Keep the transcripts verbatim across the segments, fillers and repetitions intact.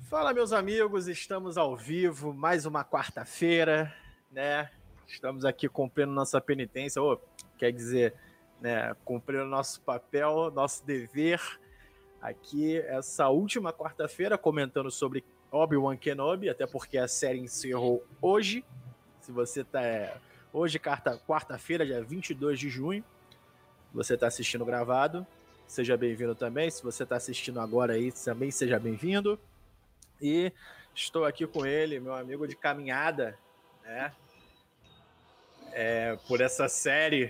Fala, meus amigos, estamos ao vivo, mais uma quarta-feira, né? Estamos aqui cumprindo nossa penitência, ou quer dizer, né, cumprindo nosso papel, nosso dever aqui essa última quarta-feira, comentando sobre Obi-Wan Kenobi, até porque a série encerrou hoje. Se você tá é, hoje, quarta-feira, dia vinte e dois de junho, você está assistindo gravado, seja bem-vindo também. Se você está assistindo agora aí, também seja bem-vindo. E estou aqui com ele, meu amigo de caminhada, né? É, por essa série,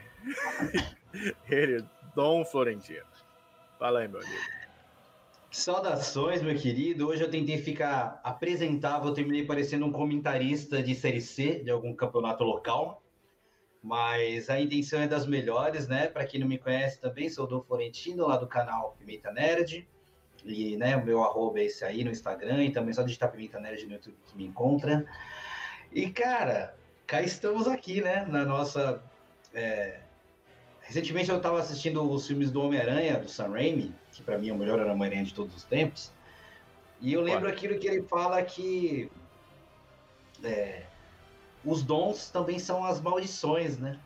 ele, Dom Florentino. Fala aí, meu amigo. Saudações, meu querido. Hoje eu tentei ficar apresentável, eu terminei parecendo um comentarista de Série C de algum campeonato local, mas a intenção é das melhores, né? Para quem não me conhece também, sou o Dom Florentino, lá do canal Pimenta Nerd. E, né, o meu arroba é esse aí no Instagram, e também só digitar Pimenta Nerd no YouTube que me encontra. E, cara, cá estamos aqui, né, na nossa... É... Recentemente eu estava assistindo os filmes do Homem-Aranha, do Sam Raimi, que para mim é o melhor Homem-Aranha de todos os tempos, e eu lembro Ué. aquilo que ele fala que é, os dons também são as maldições, né?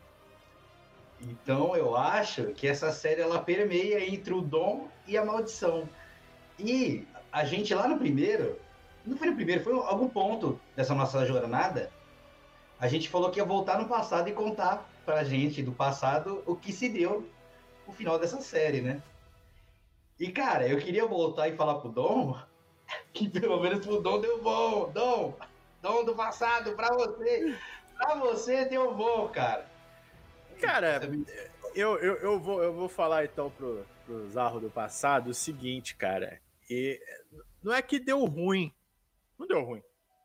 Então eu acho que essa série ela permeia entre o dom e a maldição. E a gente lá no primeiro, não foi no primeiro, foi em algum ponto dessa nossa jornada, a gente falou que ia voltar no passado e contar pra gente do passado o que se deu no final dessa série, né? E, cara, eu queria voltar e falar pro Dom que pelo menos pro Dom deu bom. Dom, Dom do passado, pra você. Pra você deu bom, cara. Cara, eu, eu, eu, vou, eu vou falar então pro, pro Zarro do passado o seguinte, cara. E não é que deu ruim. Não deu ruim.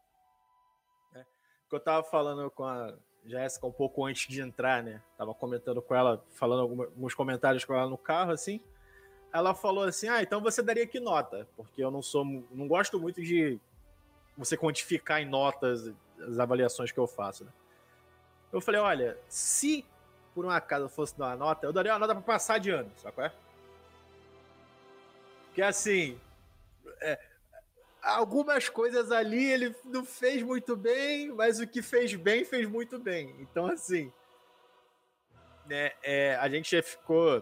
É, porque eu tava falando com a Jéssica um pouco antes de entrar, né? Tava comentando com ela, falando alguns comentários com ela no carro, assim. Ela falou assim, ah, então você daria que nota? Porque eu não sou, não gosto muito de você quantificar em notas as avaliações que eu faço, né? Eu falei, olha, se por um acaso eu fosse dar uma nota, eu daria uma nota pra passar de ano, sabe qual é? Porque assim, é, algumas coisas ali ele não fez muito bem, mas o que fez bem, fez muito bem. Então assim, né, é, a gente já ficou...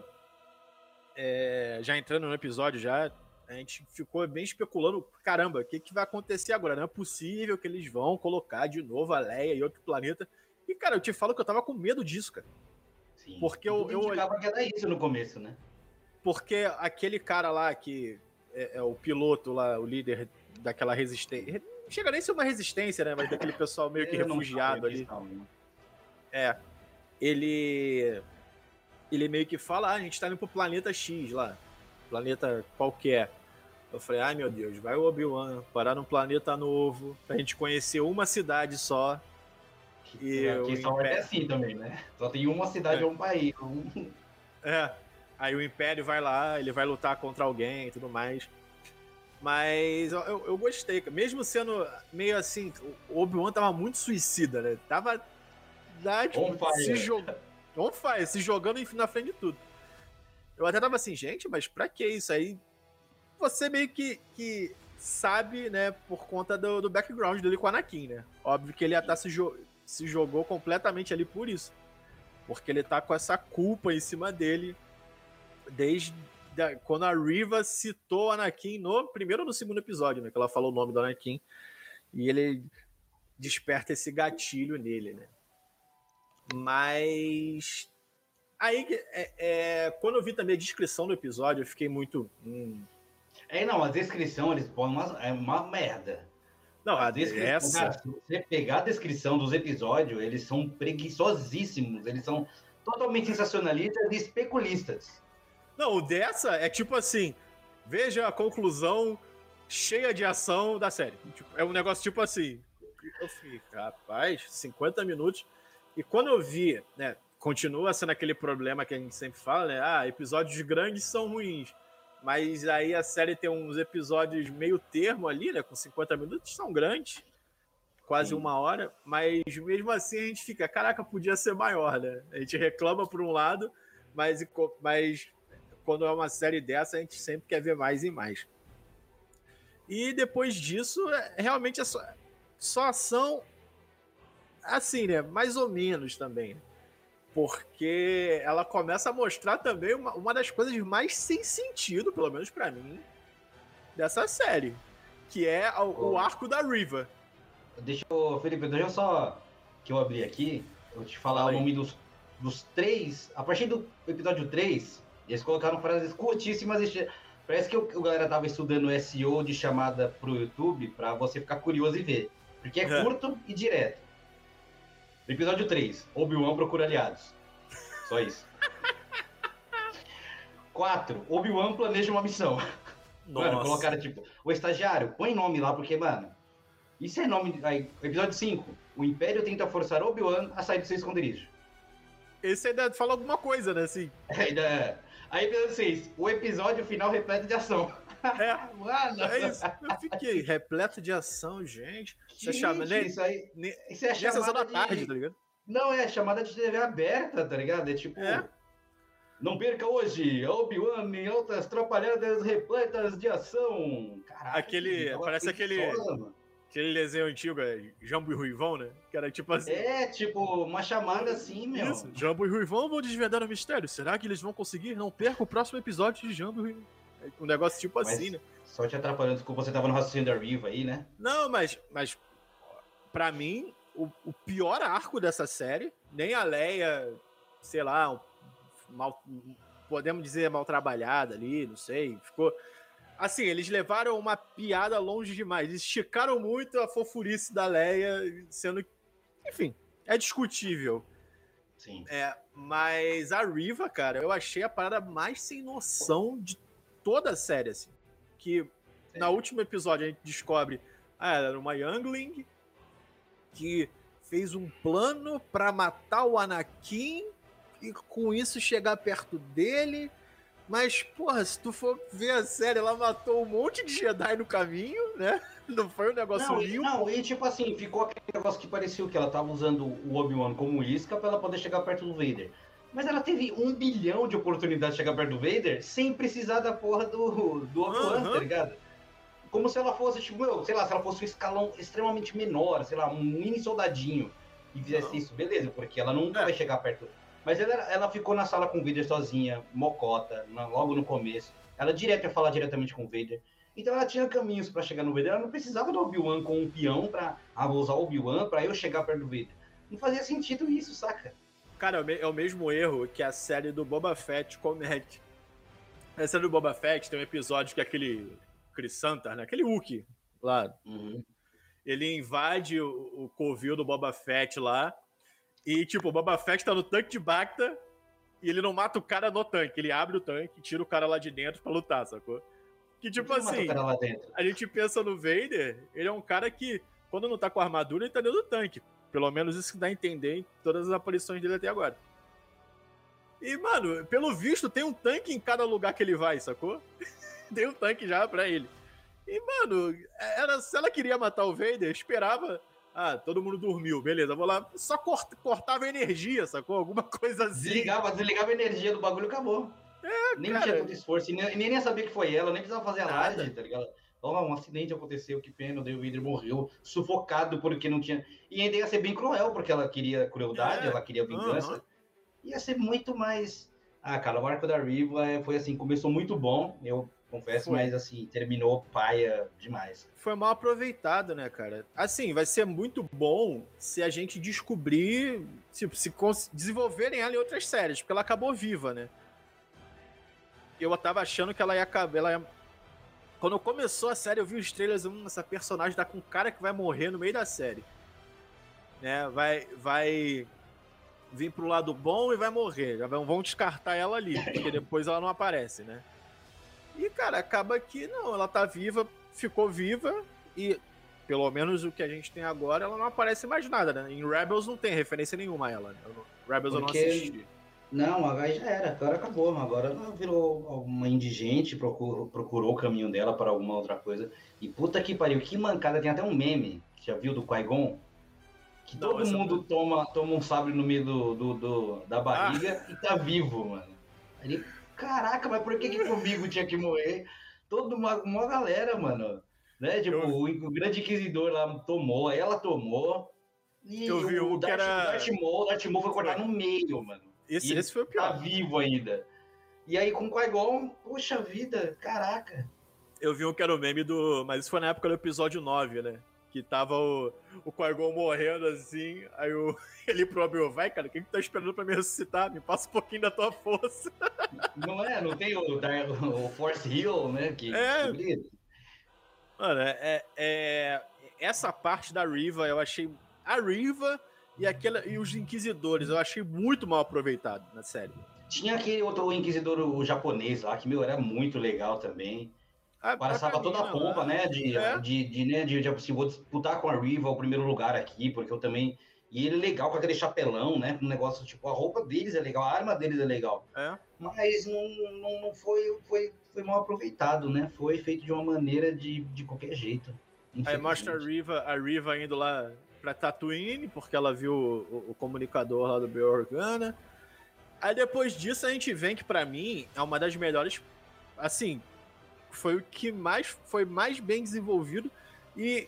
É, já entrando no episódio, já a gente ficou bem especulando, caramba, o que, que vai acontecer agora? Não é possível que eles vão colocar de novo a Leia em outro planeta. E, cara, eu te falo que eu tava com medo disso, cara. Sim, porque eu, eu indicava que era isso no começo, né? Porque aquele cara lá que é, é o piloto lá, o líder daquela resistência, não chega nem a ser uma resistência, né? Mas daquele pessoal meio que refugiado ali. É, ele... ele meio que fala, ah, a gente tá indo pro planeta X lá, planeta qualquer. Eu falei, ai meu Deus, vai o Obi-Wan parar num planeta novo, pra gente conhecer uma cidade só. E é, que só é assim também, né? Só tem uma cidade ou é. um país. Um... É, aí o Império vai lá, ele vai lutar contra alguém e tudo mais. Mas eu, eu gostei, mesmo sendo meio assim, o Obi-Wan tava muito suicida, né? Tava lá, tipo, se jogando. Não faz, se jogando na frente de tudo. Eu até tava assim, gente, mas pra que isso aí? Você meio que, que sabe, né, por conta do, do background dele com o Anakin, né? Óbvio que ele até se, jo- se jogou completamente ali por isso. Porque ele tá com essa culpa em cima dele desde da, quando a Riva citou o Anakin no primeiro ou no segundo episódio, né? Que ela falou o nome do Anakin. E ele desperta esse gatilho nele, né? Mas aí, é, é, quando eu vi também a descrição do episódio, eu fiquei muito... Hum. É, não, a descrição, eles põem uma, é uma merda. Não, a, a descrição... Essa... Cara, se você pegar a descrição dos episódios, eles são preguiçosíssimos, eles são totalmente sensacionalistas e especulistas. Não, o dessa é tipo assim, veja a conclusão cheia de ação da série. Tipo, é um negócio tipo assim... Eu fiquei, rapaz, cinquenta minutos... E quando eu vi, né, continua sendo aquele problema que a gente sempre fala, né, ah, episódios grandes são ruins, mas aí a série tem uns episódios meio termo ali, né, com cinquenta minutos, são grandes, quase Sim. uma hora, mas mesmo assim a gente fica, caraca, podia ser maior, né, a gente reclama por um lado, mas, mas quando é uma série dessa a gente sempre quer ver mais e mais. E depois disso, é, realmente é só, só ação assim, né? Mais ou menos também. Porque ela começa a mostrar também uma, uma das coisas mais sem sentido, pelo menos pra mim, dessa série. Que é o, o arco da Riva. Deixa eu, Felipe, deixa eu só que eu abri aqui, eu vou te falar Fala o nome dos, dos três. A partir do episódio três, eles colocaram frases curtíssimas. Parece que o, o galera tava estudando S E O de chamada pro YouTube pra você ficar curioso e ver. Porque é, é. curto e direto. Episódio três, Obi-Wan procura aliados. Só isso. quatro, Obi-Wan planeja uma missão. Nossa. Mano, colocaram tipo, o estagiário, põe nome lá, porque, mano, isso é nome. Aí, episódio cinco, o Império tenta forçar Obi-Wan a sair do seu esconderijo. Esse ainda fala alguma coisa, né, assim? Ainda. Aí, episódio seis, o episódio final repleto de ação. É, mano. É isso. Eu fiquei repleto de ação, gente. Isso é chamada. Isso aí. Isso é a chamada da de... tarde, tá ligado? Não, é chamada de T V aberta, tá ligado? É tipo. É. Não perca hoje, Obi-Wan em altas trapalhadas repletas de ação. Caralho. Aquele. Parece aquele. Sola, aquele desenho antigo, é Jambo e Ruivão, né? Que era tipo assim. É, tipo, uma chamada assim, meu. Isso. Jambo e Ruivão vão desvendar o mistério. Será que eles vão conseguir? Não perca o próximo episódio de Jambo e Ruivão. Um negócio tipo mas, assim, né? Só te atrapalhando, desculpa, você tava no raciocínio da Riva aí, né? Não, mas, mas pra mim, o, o pior arco dessa série, nem a Leia, sei lá, mal, podemos dizer mal trabalhada ali, não sei, ficou... Assim, eles levaram uma piada longe demais, eles esticaram muito a fofurice da Leia, sendo que, enfim, é discutível. Sim. É, mas a Riva, cara, eu achei a parada mais sem noção de toda a série, assim. Que é. No último episódio a gente descobre, ah, ela era uma Youngling que fez um plano pra matar o Anakin e com isso chegar perto dele. Mas, porra, se tu for ver a série, ela matou um monte de Jedi no caminho, né? Não foi um negócio não, limpo. Não, e tipo assim, ficou aquele negócio que parecia que ela tava usando o Obi-Wan como isca pra ela poder chegar perto do Vader. Mas ela teve um bilhão de oportunidades de chegar perto do Vader sem precisar da porra do, do Obi-Wan, uhum. tá ligado? Como se ela fosse, tipo, meu, sei lá, se ela fosse um escalão extremamente menor, sei lá, um mini soldadinho e fizesse uhum. isso, beleza, porque ela nunca é. vai chegar perto. Mas ela, ela ficou na sala com o Vader sozinha, mocota, logo no começo. Ela direto ia falar diretamente com o Vader. Então ela tinha caminhos pra chegar no Vader. Ela não precisava do Obi-Wan com um peão pra ah, vou usar o Obi-Wan pra eu chegar perto do Vader. Não fazia sentido isso, saca? Cara, é o mesmo erro que a série do Boba Fett comete. A série do Boba Fett tem um episódio que é aquele Chris Santar, né? Aquele Wookiee lá. Uhum. Ele invade o, o covil do Boba Fett lá. E, tipo, o Boba Fett tá no tanque de Bacta e ele não mata o cara no tanque. Ele abre o tanque e tira o cara lá de dentro pra lutar, sacou? Que, tipo assim, a gente pensa no Vader, ele é um cara que, quando não tá com a armadura, ele tá dentro do tanque. Pelo menos isso que dá a entender em todas as aparições dele até agora. E, mano, pelo visto, tem um tanque em cada lugar que ele vai, sacou? Tem um tanque já pra ele. E, mano, era, se ela queria matar o Vader, esperava... Ah, todo mundo dormiu, beleza, vou lá. Só corta, cortava a energia, sacou? Alguma coisa assim. Desligava, desligava a energia do bagulho e acabou. É, nem cara. tinha tanto esforço, e nem, nem ia saber que foi ela, nem precisava fazer a laje, tá ligado? Oh, um acidente aconteceu, que pena, o Vader morreu, sufocado porque não tinha... E ainda ia ser bem cruel, porque ela queria crueldade, é. ela queria vingança. Uhum. Ia ser muito mais... Ah, cara, o arco da Riva foi assim, começou muito bom, eu confesso, foi. Mas assim, terminou paia demais. Foi mal aproveitado, né, cara? Assim, vai ser muito bom se a gente descobrir, tipo, se desenvolverem ela em outras séries, porque ela acabou viva, né? Eu tava achando que ela ia acabar... Ela ia... Quando começou a série, eu vi os trailers, hum, essa personagem tá com um cara que vai morrer no meio da série. Né? Vai, vai vir pro lado bom e vai morrer. Já vão descartar ela ali, porque depois ela não aparece, né? E, cara, acaba que não, ela tá viva, ficou viva e, pelo menos o que a gente tem agora, ela não aparece mais nada, né? Em Rebels não tem referência nenhuma a ela, né? Rebels porque... eu não assisti. Não, agora já era, agora acabou, agora ela virou uma indigente, procurou, procurou o caminho dela para alguma outra coisa. E puta que pariu, que mancada, tem até um meme, já viu, do Qui-Gon? Que não, todo mundo não... toma, toma um sabre no meio do, do, do da barriga ah. e tá vivo, mano. Ele, caraca, mas por que que comigo tinha que morrer? Toda uma, uma galera, mano. Né? Tipo, Eu- o, o grande inquisidor lá tomou, ela tomou. E Eu vi o um que Darth, era- o Darth Maul, o Darth Maul foi cortado Foi. no meio, mano. Esse, E ele esse foi o tá pior. vivo ainda. E aí com o Qui-Gon, poxa vida, caraca. Eu vi um que era o meme do. Mas isso foi na época do episódio nove, né? Que tava o, o Qui-Gon morrendo assim, aí o, ele pro Obi-Wan, vai, cara, quem que tá esperando pra me ressuscitar? Me passa um pouquinho da tua força. Não é? Não tem o, Dar- o Force Heal, né? Que, É. que Mano, é, é- é- essa parte da Riva, eu achei. A Riva e, aquela, e os Inquisidores, eu achei muito mal aproveitado na série. Tinha aquele outro inquisidor o japonês lá, que, meu, era muito legal também. A Passava própria toda a mina pompa, lá, né? De, é. de, de, né? De, de assim, vou disputar com a Riva o primeiro lugar aqui, porque eu também. E ele é legal com aquele chapelão, né? Com um negócio, tipo, a roupa deles é legal, a arma deles é legal. É. Mas não, não, não foi, foi, foi mal aproveitado, né? Foi feito de uma maneira de, de qualquer jeito. Aí mostra a Riva, a Riva indo lá pra Tatooine, porque ela viu o, o, o comunicador lá do Bail Organa. Aí depois disso a gente vem que pra mim é uma das melhores, assim, foi o que mais foi mais bem desenvolvido e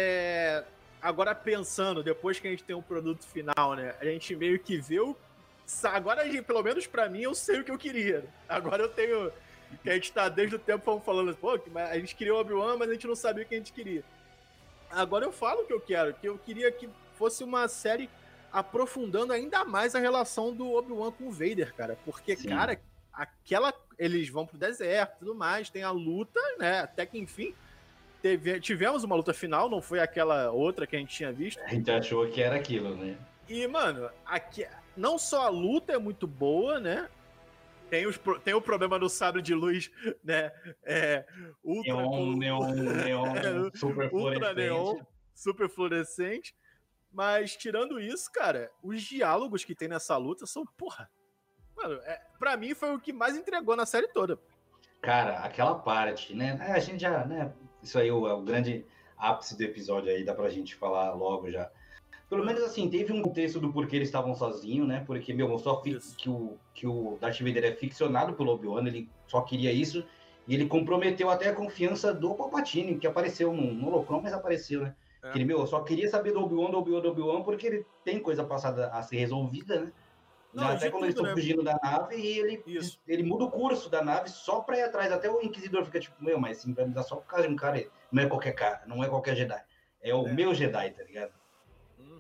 é, agora pensando, depois que a gente tem um produto final, né, a gente meio que vê o, agora a gente, pelo menos pra mim, eu sei o que eu queria. Agora eu tenho, que a gente tá desde o tempo falando, pô, a gente queria o Obi-Wan, mas a gente não sabia o que a gente queria. Agora eu falo o que eu quero, que eu queria que fosse uma série aprofundando ainda mais a relação do Obi-Wan com o Vader, cara. Porque, Sim. cara, aquela. Eles vão pro deserto e tudo mais, tem a luta, né? Até que, enfim, teve, tivemos uma luta final, não foi aquela outra que a gente tinha visto. A gente achou que era aquilo, né? E, mano, aqui, não só a luta é muito boa, né? Tem, os, tem o problema do sabre de luz, né? É, ultra neon, neon, neon, é, super ultra fluorescente. neon, super fluorescente. Mas, tirando isso, cara, os diálogos que tem nessa luta são, porra... Mano, é, pra mim foi o que mais entregou na série toda. Cara, aquela parte, né? A gente já, né? Isso aí é o, é o grande ápice do episódio aí, dá pra gente falar logo já. Pelo menos assim, teve um contexto do porquê eles estavam sozinhos, né? Porque, meu, mostrou que o, que o Darth Vader é ficcionado pelo Obi-Wan, ele só queria isso, e ele comprometeu até a confiança do Palpatine, que apareceu no, no Holocron, mas apareceu, né? É. Que ele, meu, só queria saber do Obi-Wan, do Obi-Wan, do Obi-Wan, porque ele tem coisa passada a ser resolvida, né? Não, até quando tudo, eles estão né? fugindo da nave, e ele, ele muda o curso da nave só pra ir atrás. Até o Inquisidor fica tipo, meu, mas assim, vai mudar só por causa de um cara. Não é qualquer cara, não é qualquer Jedi. É o é. meu Jedi, tá ligado? Uhum.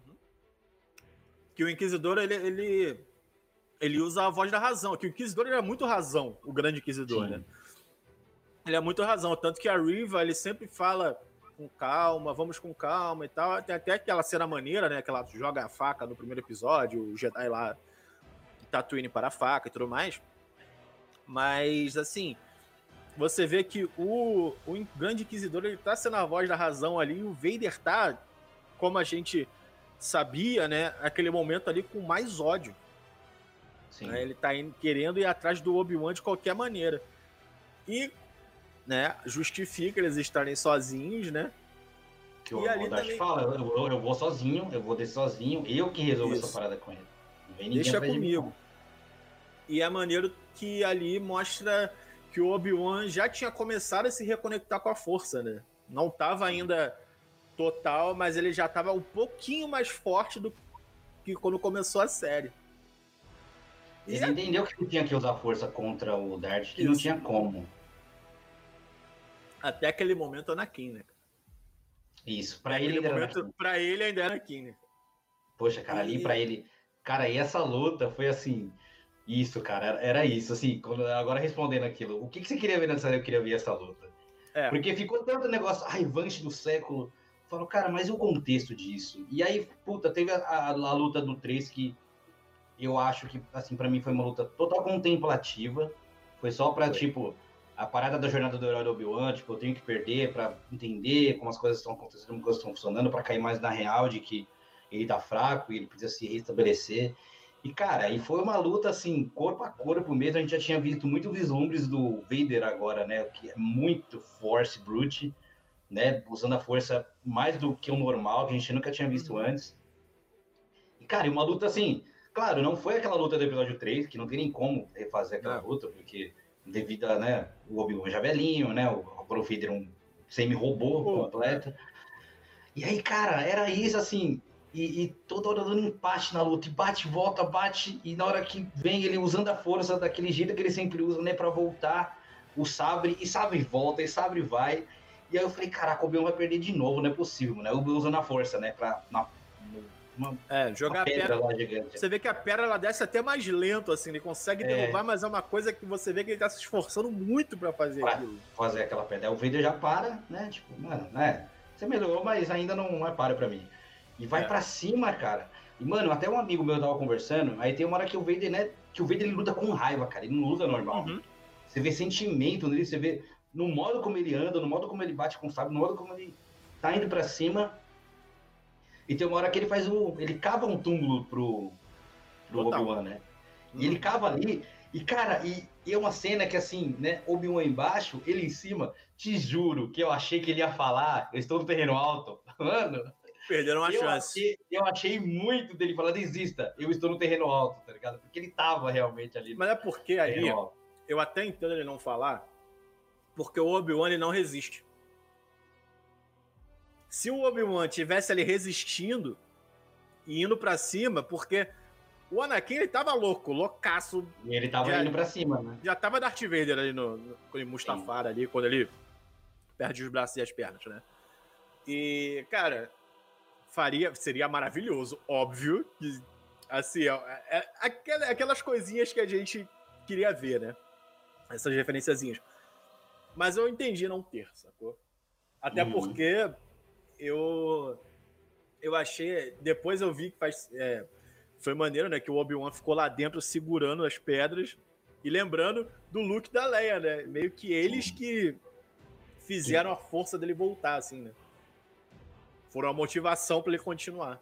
Que o Inquisidor, ele, ele, ele usa a voz da razão. Que o Inquisidor ele é muito razão, o grande Inquisidor, Sim. né? Ele é muito razão. Tanto que a Riva, ele sempre fala com calma, vamos com calma e tal. Tem até aquela cena maneira, né? Que ela joga a faca no primeiro episódio, o Jedi lá Tatooine para a faca e tudo mais. Mas, assim, você vê que o, o grande Inquisidor, ele tá sendo a voz da razão ali, e o Vader tá, como a gente sabia, né, aquele momento ali com mais ódio. Sim. Né, ele tá indo, querendo ir atrás do Obi-Wan de qualquer maneira. E, né, justifica eles estarem sozinhos, né? Que o Darth também... fala, eu, eu, eu vou sozinho, eu vou descer sozinho, eu que resolvo Isso. essa parada com ele. Não vem Deixa comigo. E é maneiro que ali mostra que o Obi-Wan já tinha começado a se reconectar com a força, né? Não tava ainda total, mas ele já tava um pouquinho mais forte do que quando começou a série. Ele e entendeu que ele tinha que usar força contra o Darth, que Isso. não tinha como. Até aquele momento, Anakin, né? Isso, pra ele ainda momento, era Pra ele ainda era Anakin, né? Poxa, cara, ali e... pra ele... Cara, e essa luta foi assim... Isso, cara, era isso, assim, quando, agora respondendo aquilo, o que, que você queria ver nessa série? Eu queria ver essa luta. É. Porque ficou tanto negócio, a revanche do século, falou, cara, mas e o contexto disso? E aí, puta, teve a, a, a luta do três que eu acho que, assim, pra mim foi uma luta total contemplativa, foi só pra, foi. tipo, a parada da jornada do herói do Obi-Wan, tipo, eu tenho que perder pra entender como as coisas estão acontecendo, como as coisas estão funcionando, pra cair mais na real de que ele tá fraco e ele precisa se restabelecer. E, cara, e foi uma luta, assim, corpo a corpo mesmo. A gente já tinha visto muito vislumbres do Vader agora, né? Que é muito Force Brute, né? Usando a força mais do que o normal, que a gente nunca tinha visto uhum. antes. E, cara, e uma luta, assim... Claro, não foi aquela luta do episódio três, que não tem nem como refazer aquela não. luta, porque devido a, né, o Obi-Wan já velhinho, né? O, o Vader um semi-robô completo. E aí, cara, era isso, assim, e, e toda hora dando empate na luta, e bate, volta, bate, e na hora que vem ele usando a força daquele jeito que ele sempre usa, né, pra voltar o sabre, e sabre volta, e sabre vai. E aí eu falei, caraca, o Obi-Wan vai perder de novo, não é possível, né? O Obi-Wan usando a força, né, pra... Na, uma, é, jogar a pedra, pedra lá gigante. Você vê que a pedra ela desce até mais lento, assim, ele consegue é. derrubar, mas é uma coisa que você vê que ele tá se esforçando muito pra fazer pra aquilo. fazer aquela pedra. Aí o Vader já para, né? Tipo, mano, né? Você melhorou, mas ainda não é para pra mim. E vai é. pra cima, cara. E, mano, até um amigo meu tava conversando, aí tem uma hora que o Vader, né? Que o Vader ele luta com raiva, cara. Ele não luta normal. Uhum. Você vê sentimento nele, você vê no modo como ele anda, no modo como ele bate com o sabre, no modo como ele tá indo pra cima. E tem uma hora que ele faz um... Ele cava um túmulo pro, pro Obi-Wan, né? E hum. ele cava ali... E, cara, e, e é uma cena que, assim, né? Obi-Wan embaixo, ele em cima. Te juro que eu achei que ele ia falar... Eu estou no terreno alto. Mano... Perderam uma eu chance. Achei, eu achei muito dele falar, desista, eu estou no terreno alto, tá ligado? Porque ele tava realmente ali. Mas é porque ali... Alto. Eu até entendo ele não falar... Porque o Obi-Wan, ele não resiste. Se o Obi-Wan tivesse ali resistindo e indo pra cima, porque o Anakin, ele tava louco, loucaço. E ele tava já, indo pra cima, né? Já tava Darth Vader ali no, no em Mustafar ali, quando ele perde os braços e as pernas, né? E, cara, faria, seria maravilhoso, óbvio, que, assim, é, é, é, aquelas coisinhas que a gente queria ver, né? Essas referenciazinhas. Mas eu entendi não ter, sacou? Até uhum. porque... Eu, eu achei... Depois eu vi que faz, é, foi maneiro, né? Que o Obi-Wan ficou lá dentro segurando as pedras e lembrando do Luke e da Leia, né? Meio que eles que fizeram a força dele voltar, assim, né? Foram a motivação pra ele continuar.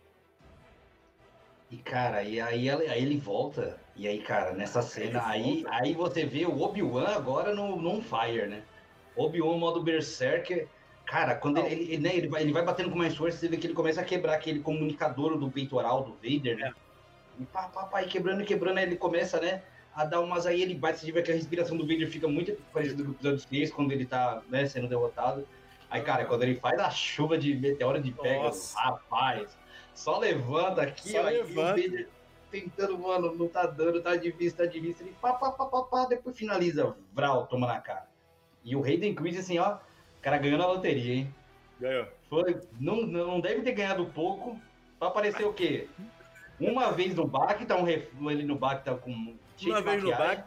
E, cara, e aí, aí ele volta. E aí, cara, nessa cena... Aí, aí você vê o Obi-Wan agora no, no On Fire, né? Obi-Wan modo Berserker... Cara, quando ele, ele, né, ele, vai, ele vai batendo com mais força, você vê que ele começa a quebrar aquele comunicador do peitoral do Vader, né? É. E pá, pá, pá, e quebrando e quebrando, aí ele começa, né, a dar umas... Aí ele bate, você vê que a respiração do Vader fica muito parecida com o episódio seis, quando ele tá, né, sendo derrotado. Aí, cara, quando ele faz a chuva de meteoro de Pegasus, rapaz, só levanta aqui, só ó, levanta. E o Vader tentando, mano, não tá dando, tá de vista, tá de vista, ele pá, pá, pá, pá, pá, depois finaliza, Vral, toma na cara. E o Hayden Christensen, assim, ó, o cara ganhou na loteria, hein? Ganhou. Foi, não, não deve ter ganhado pouco. Pra aparecer o quê? Uma vez no baque, tá um ref... ele no baque tá com... Uma vez no baque,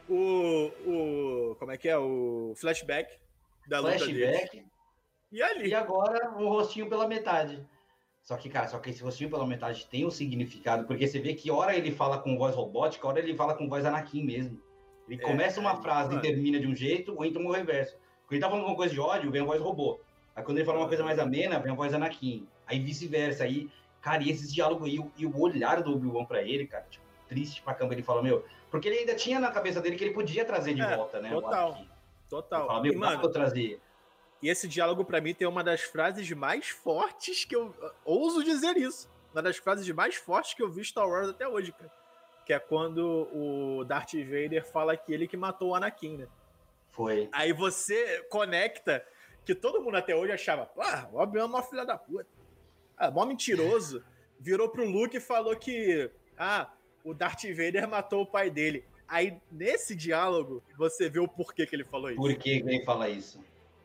o, o... Como é que é? O flashback da luta flashback, dele. E ali. E agora o rostinho pela metade. Só que, cara, só que esse rostinho pela metade tem um significado, porque você vê que hora ele fala com voz robótica, hora ele fala com voz Anakin mesmo. Ele é, começa uma é, frase mano. E termina de um jeito, ou então o reverso. Quando ele tá falando alguma coisa de ódio, vem a voz robô. Aí quando ele fala uma coisa mais amena, vem a voz Anakin. Aí vice-versa. Aí, cara, e esses diálogos aí, e o olhar do Obi-Wan pra ele, cara, tipo, triste pra cama, ele fala, meu... Porque ele ainda tinha na cabeça dele que ele podia trazer de é, volta, né? Total, total. Ele fala, meu, e, mano, eu trazer. E esse diálogo, pra mim, tem uma das frases mais fortes que eu... Ouso dizer isso. Uma das frases mais fortes que eu vi Star Wars até hoje, cara. Que é quando o Darth Vader fala que ele que matou o Anakin, né? Foi. Aí você conecta... que todo mundo até hoje achava, ah, o Obi-Wan é uma filha da puta. Ah, mó mentiroso. Virou pro Luke e falou que, ah, o Darth Vader matou o pai dele. Aí, nesse diálogo, você vê o porquê que ele falou isso. Por que ele fala isso?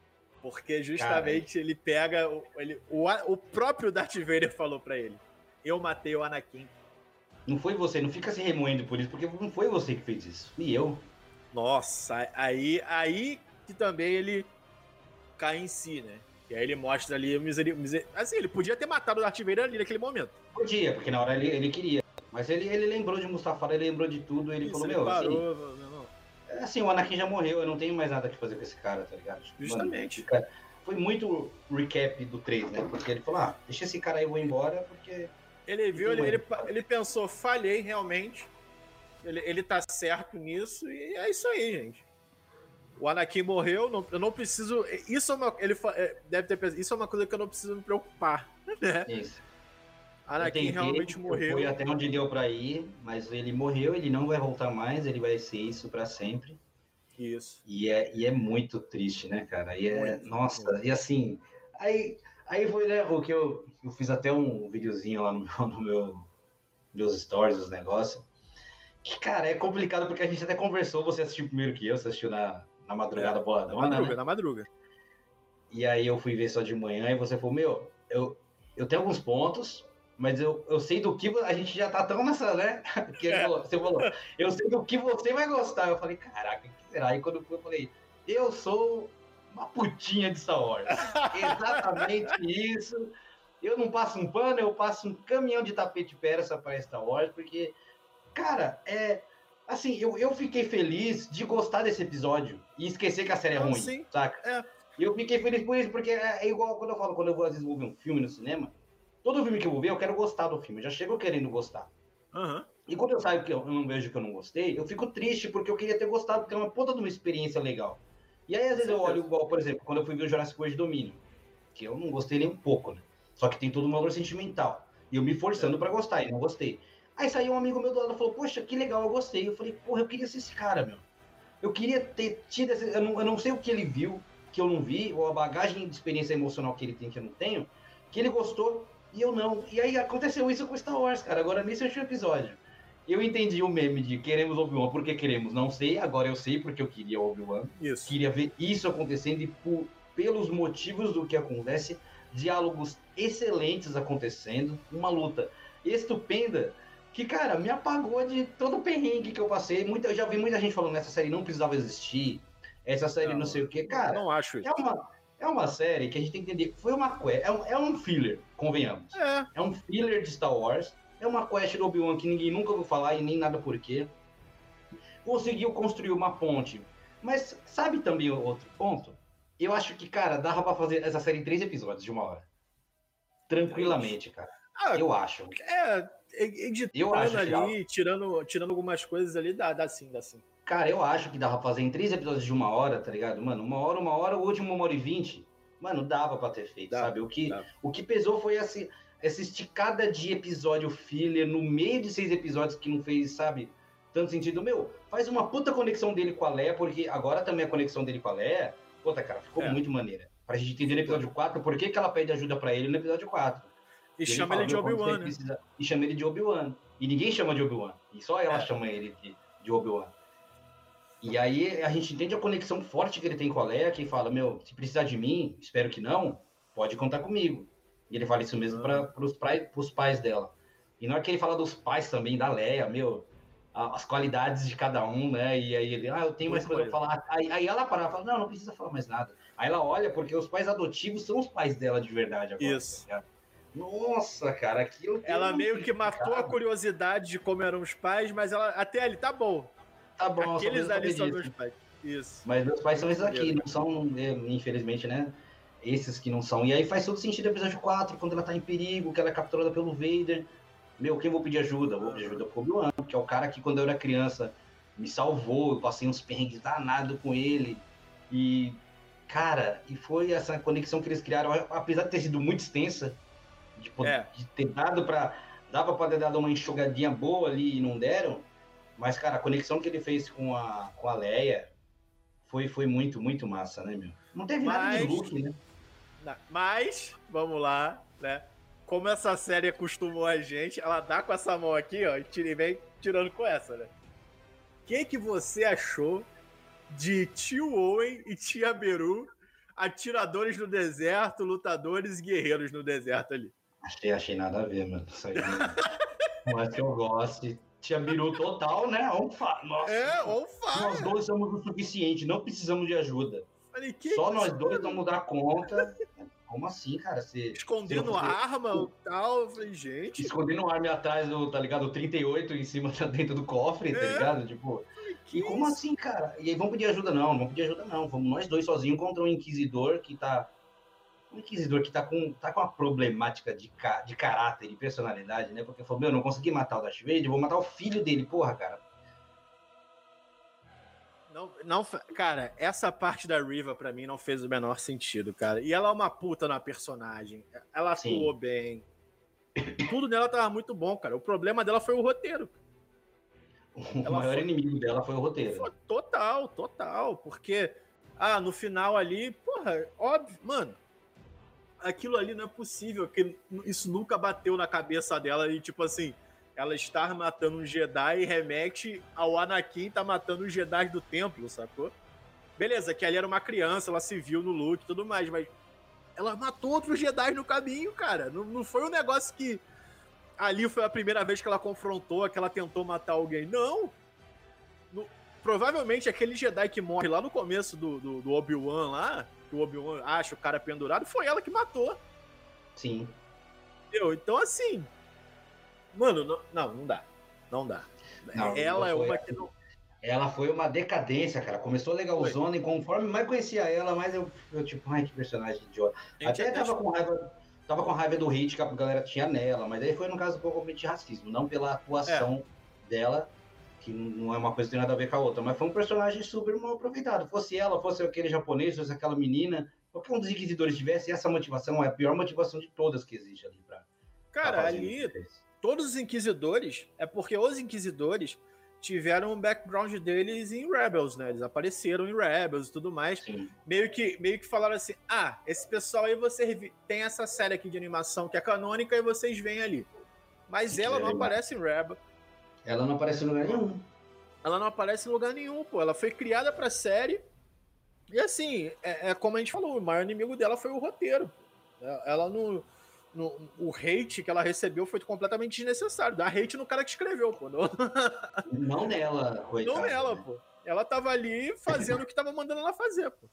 Porque justamente Cara, ele pega, ele, o, o próprio Darth Vader falou pra ele, eu matei o Anakin. Não foi você, não fica se remoendo por isso, porque não foi você que fez isso, fui eu. Nossa, aí, aí que também ele... cai em si, né? E aí ele mostra ali miser... miser... assim, ele podia ter matado o Darth Vader ali naquele momento. Podia, porque na hora ele, ele queria. Mas ele, ele lembrou de Mustafar, ele lembrou de tudo, ele Isso, falou, ele meu, parou, assim... meu irmão. Assim, o Anakin já morreu, eu não tenho mais nada que fazer com esse cara, tá ligado? Justamente. Mano, cara... Foi muito recap do três, né? Porque ele falou, ah, deixa esse cara aí, eu vou embora, porque... Ele viu, ele, ele, ele pensou, falhei realmente, ele, ele tá certo nisso, e é isso aí, gente. O Anakin morreu, não, eu não preciso... Isso é uma, ele deve ter pensado, isso é uma coisa que eu não preciso me preocupar, né? Isso. Anakin realmente morreu. Foi até onde deu pra ir, mas ele morreu, ele não vai voltar mais, ele vai ser isso pra sempre. Isso. E é, e é muito triste, né, cara? E é, Muito, nossa, muito. e assim, aí, aí foi, né, o que eu, eu fiz até um videozinho lá no meu, no meu, meus stories, os negócios. Que, cara, é complicado porque a gente até conversou, você assistiu primeiro que eu, você assistiu na, na madrugada É, na boladona, madruga, né? na madruga. E aí eu fui ver só de manhã e você falou, meu, eu, eu tenho alguns pontos, mas eu, eu sei do que a gente já tá tão nessa, né? Que ele É. falou, você falou, eu sei do que você vai gostar. Eu falei, caraca, o que será? Aí quando eu fui, eu falei, eu sou uma putinha de Star Wars. Exatamente isso. Eu não passo um pano, eu passo um caminhão de tapete persa para Star Wars, porque, cara, é. Assim, eu, eu fiquei feliz de gostar desse episódio e esquecer que a série é Não, ruim, sim. saca? É. E eu fiquei feliz por isso, porque é, é igual quando eu falo, quando eu vou às vezes vou ver um filme no cinema, todo filme que eu vou ver, eu quero gostar do filme, eu já chego querendo gostar. Uhum. E quando eu saio que eu não vejo que eu não gostei, eu fico triste porque eu queria ter gostado, porque é uma puta de uma experiência legal. E aí, às vezes, eu olho igual, por exemplo, quando eu fui ver o Jurassic World Domínio, que eu não gostei nem um pouco, né? Só que tem todo um valor sentimental. E eu me forçando é. pra gostar, e não gostei. Aí saiu um amigo meu do lado e falou, poxa, que legal, eu gostei. Eu falei, porra, eu queria ser esse cara, meu. Eu queria ter tido esse... Eu não, eu não sei o que ele viu, que eu não vi, ou a bagagem de experiência emocional que ele tem, que eu não tenho, que ele gostou e eu não. E aí aconteceu isso com Star Wars, cara. Agora, nesse último episódio, eu entendi o meme de queremos Obi-Wan porque queremos, não sei. Agora eu sei porque eu queria Obi-Wan. Isso. Queria ver isso acontecendo e por, pelos motivos do que acontece, diálogos excelentes acontecendo, uma luta estupenda, que, cara, me apagou de todo o perrengue que eu passei. Muita, eu já vi muita gente falando, essa série não precisava existir, essa série não, não sei o quê. Cara, não acho isso. É uma, é uma série que a gente tem que entender, foi uma quest, é um, é um filler, convenhamos. É. É um filler de Star Wars, é uma quest do Obi-Wan que ninguém nunca ouviu falar e nem nada por quê. Conseguiu construir uma ponte. Mas sabe também outro ponto? Eu acho que, cara, dava pra fazer essa série em três episódios de uma hora. Tranquilamente, cara. Ah, eu acho. É, editando eu acho ali, tirando, tirando algumas coisas ali, dá, dá sim, dá sim. Cara, eu acho que dava pra fazer em três episódios de uma hora, tá ligado? Mano, uma hora, uma hora, o último uma hora e vinte. Mano, dava pra ter feito, dá, sabe? O que, o que pesou foi essa, essa esticada de episódio filler no meio de seis episódios que não fez, sabe? Tanto sentido. Meu, faz uma puta conexão dele com a Leia, porque agora também a conexão dele com a Leia, puta, cara, ficou é. muito maneira. Pra gente entender no episódio quatro por que, que ela pede ajuda pra ele no episódio quatro. E, e chama ele, ele de Obi-Wan, né? Precisa... E chama ele de Obi-Wan. E ninguém chama de Obi-Wan. E só ela é. chama ele de, de Obi-Wan. E aí a gente entende a conexão forte que ele tem com a Leia, que fala, meu, se precisar de mim, espero que não, pode contar comigo. E ele fala isso mesmo uhum. para os pais dela. E na hora que ele fala dos pais também, da Leia, meu, as qualidades de cada um, né? E aí ele, ah, eu tenho mais coisa pra falar. Aí, aí ela para e fala, não, não precisa falar mais nada. Aí ela olha, porque os pais adotivos são os pais dela de verdade agora. Isso. Tá? Nossa, cara, aquilo... Ela meio que matou a curiosidade de como eram os pais, mas ela até ali, tá bom. Tá bom, aqueles ali são meus pais. Isso. Mas meus pais são esses aqui, não são, infelizmente, né? Esses que não são. E aí faz todo sentido o episódio quatro, quando ela tá em perigo, que ela é capturada pelo Vader. Meu, quem vou pedir ajuda? Vou pedir ajuda pro Obi-Wan, que é o cara que, quando eu era criança, me salvou. Eu passei uns perrengues danados com ele. E, cara, e foi essa conexão que eles criaram, apesar de ter sido muito extensa, de, poder, é. de ter dado pra. Dava pra ter dado uma enxugadinha boa ali e não deram. Mas, cara, a conexão que ele fez com a, com a Leia foi, foi muito, muito massa, né, meu? Não teve mas, nada de Luke, né? Não, mas, vamos lá, né? Como essa série acostumou a gente, ela dá com essa mão aqui, ó, e vem tirando com essa, né? O que, que você achou de Tio Owen e Tia Beru, atiradores no deserto, lutadores e guerreiros no deserto ali? Achei, achei nada a ver, mano. Isso aí não é que eu goste. Tia Biru total, né? On fire. Nossa, é, on fire. Nós dois somos o suficiente, não precisamos de ajuda. Falei, Só nós cara? dois vamos dar conta. Como assim, cara? Você, escondendo você arma e tal. Eu falei, gente. Escondendo arma atrás do, tá ligado? O trinta e oito em cima, dentro do cofre, é. tá ligado? Tipo. Falei, e como isso? assim, cara? E aí, vamos pedir ajuda, não. Não vamos pedir ajuda, não. Vamos nós dois sozinhos contra um inquisidor que tá. Um inquisidor que tá com, tá com uma problemática de, ca, de caráter e personalidade, né? Porque falou, meu, eu não consegui matar o Darth Vader, vou matar o filho dele, porra, cara. Não, não, cara, essa parte da Riva pra mim não fez o menor sentido, cara. E ela é uma puta na personagem. Ela Sim. atuou bem. Tudo nela tava muito bom, cara. O problema dela foi o roteiro. O Ela maior foi- inimigo dela foi o roteiro. Foi total, total. Porque, ah, no final ali, porra, óbvio, mano, aquilo ali não é possível, que isso nunca bateu na cabeça dela e, tipo assim, ela estar matando um Jedi remete ao Anakin tá matando os Jedi do templo, sacou? Beleza, que ali era uma criança, ela se viu no Luke e tudo mais, mas ela matou outros Jedi no caminho, cara. Não, não foi um negócio que ali foi a primeira vez que ela confrontou, que ela tentou matar alguém. Não! No, provavelmente aquele Jedi que morre lá no começo do, do, do Obi-Wan lá, que o Obi-Wan acha o cara pendurado, foi ela que matou. Sim. Entendeu? Então, assim... Mano, não, não, não dá. Não dá. Não, ela é foi- uma que não... Ela foi uma decadência, cara. Começou legalzona e conforme mais conhecia ela, mais eu, eu tipo, ai, que personagem idiota. A gente Até até- tava com raiva, tava com raiva do hate que a galera tinha nela, mas aí foi no caso provavelmente de racismo, não pela atuação dela, que não é uma coisa que tem nada a ver com a outra, mas foi um personagem super mal aproveitado. Fosse ela, fosse aquele japonês, fosse aquela menina, qualquer um dos inquisidores tivesse essa motivação, é a pior motivação de todas que existe ali pra. Cara, pra fazer ali, isso. todos os inquisidores, é porque os inquisidores tiveram um background deles em Rebels, né? Eles apareceram em Rebels e tudo mais. Sim. Meio que, meio que falaram assim, ah, esse pessoal aí, vocês vi- tem essa série aqui de animação que é canônica e vocês vêm ali. Mas ela não É, aparece em Rebels. Ela não apareceu em lugar nenhum. Ela não aparece em lugar nenhum, pô. Ela foi criada pra série. E assim, é, é como a gente falou, o maior inimigo dela foi o roteiro. É, Ela não... no- o hate que ela recebeu foi completamente desnecessário. Dá hate no cara que escreveu, pô. Não, Não nela, coitada. não ela, né? pô. Ela tava ali fazendo o que tava mandando ela fazer, pô.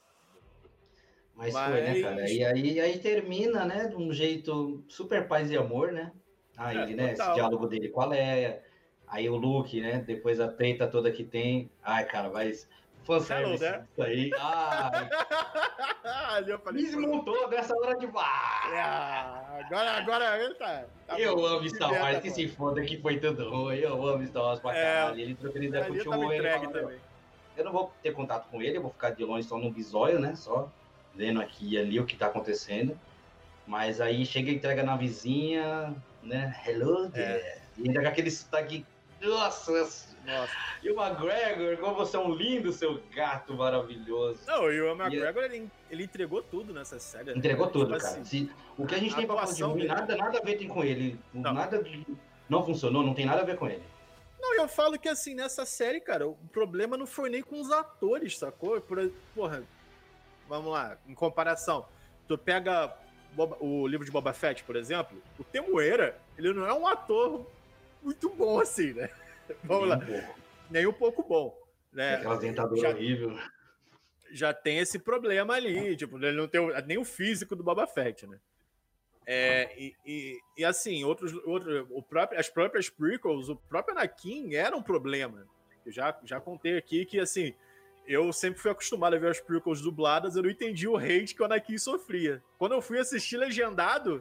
Mas, Mas- foi, né, cara? E aí, aí termina, né, de um jeito super paz e amor, né? Aí, É, né, esse total. diálogo dele com a Leia, aí o Luke, né, depois a treta toda que tem. Ai, cara, mas fanservice Hello, né? isso aí. Ai, Ali eu me falei, pô, desmontou dessa hora de... Ah, é, agora, agora ele tá. tá eu bom, amo Star se Wars, der, que tá se foda que foi tudo ruim. Eu amo Star Wars pra É, caralho. Ele trocando ideia com o Ali eu tio tava Owen, ele entregue fala, também. eu não vou ter contato com ele, eu vou ficar de longe só no bisóio, né? Só vendo aqui e ali o que tá acontecendo. Mas aí chega e entrega na vizinha, né? Hello there. E ainda com aquele sotaque. Nossa! Nossa. E o McGregor, como você é um lindo, seu gato maravilhoso. Não, e o McGregor, ele, ele entregou tudo nessa série. né? Entregou tudo, Tipo cara. assim, Se, o que a gente a tem pra falar de atuação ruim, dele- nada, nada a ver tem com ele. Não. Nada de. Não funcionou, não tem nada a ver com ele. Não, eu falo que assim, nessa série, cara, o problema não foi nem com os atores, sacou? Por, porra, vamos lá, em comparação, tu pega Boba- o livro de Boba Fett, por exemplo, o Temuera, ele não é um ator muito bom assim, né? Vamos lá, Nem um pouco. nem um pouco bom, né? Aquela dentadura já- horrível. Já tem esse problema ali, tipo, ele não tem o- nem o físico do Boba Fett, né? É, e, e, e, assim, outros, outro, o próprio, as próprias prequels, o próprio Anakin era um problema. Eu já, já contei aqui que, assim, eu sempre fui acostumado a ver as prequels dubladas, eu não entendi o hate que o Anakin sofria. Quando eu fui assistir legendado,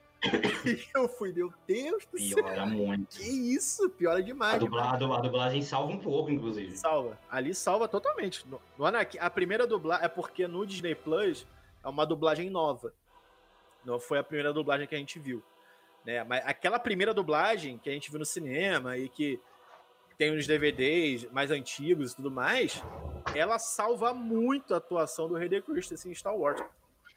eu fui, meu Deus do céu, Piora muito. que isso? Piora A, demais. dubla, a, du- a dublagem salva um pouco, inclusive. Salva. Ali salva totalmente. No, no Anakin, a primeira dublagem é porque no Disney Plus é uma dublagem nova. Não foi a primeira dublagem que a gente viu. Né? Mas aquela primeira dublagem que a gente viu no cinema e que tem os D V Ds mais antigos e tudo mais, ela salva muito a atuação do Hayden Christensen em Star Wars.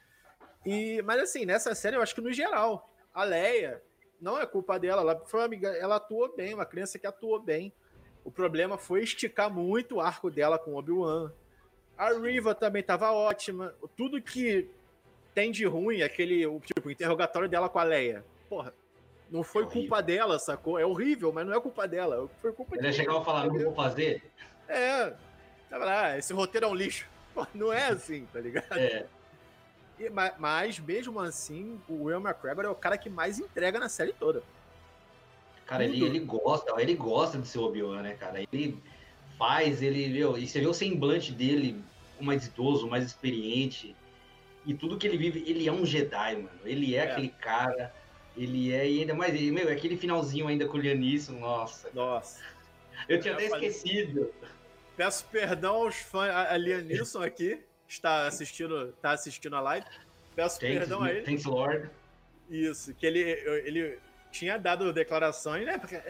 E, mas assim, nessa série eu acho que no geral, a Leia, não é culpa dela, ela, foi uma amiga, ela atuou bem, uma criança que atuou bem. O problema foi esticar muito o arco dela com Obi-Wan. A Riva também estava ótima. Tudo que tem de ruim, aquele o, tipo, o interrogatório dela com a Leia. Porra, não foi É horrível. culpa dela, sacou? É horrível, mas não é culpa dela. Foi culpa Ele chegava e falar, não vou fazer. É, tá lá, esse roteiro é um lixo. Pô, não é assim, tá ligado? É, E, ma- mas, mesmo assim, o Will McGregor é o cara que mais entrega na série toda. cara, ele, Tudo. ele gosta, ele gosta de ser Obi-Wan, né, cara? Ele faz, ele, meu, e você vê o semblante dele, o mais idoso, o mais experiente, e tudo que ele vive, ele é um Jedi, mano. Ele é, É. aquele cara, ele é, e ainda mais, ele, meu, aquele finalzinho ainda com o Lianisson, nossa. Nossa. Eu tinha Eu até falei- esquecido. Peço perdão aos fãs. A a Liam Neeson aqui está assistindo, está assistindo a live. Peço Thanks, perdão a ele. thanks, Lord. Isso, que ele, ele tinha dado declarações, né? Porque é,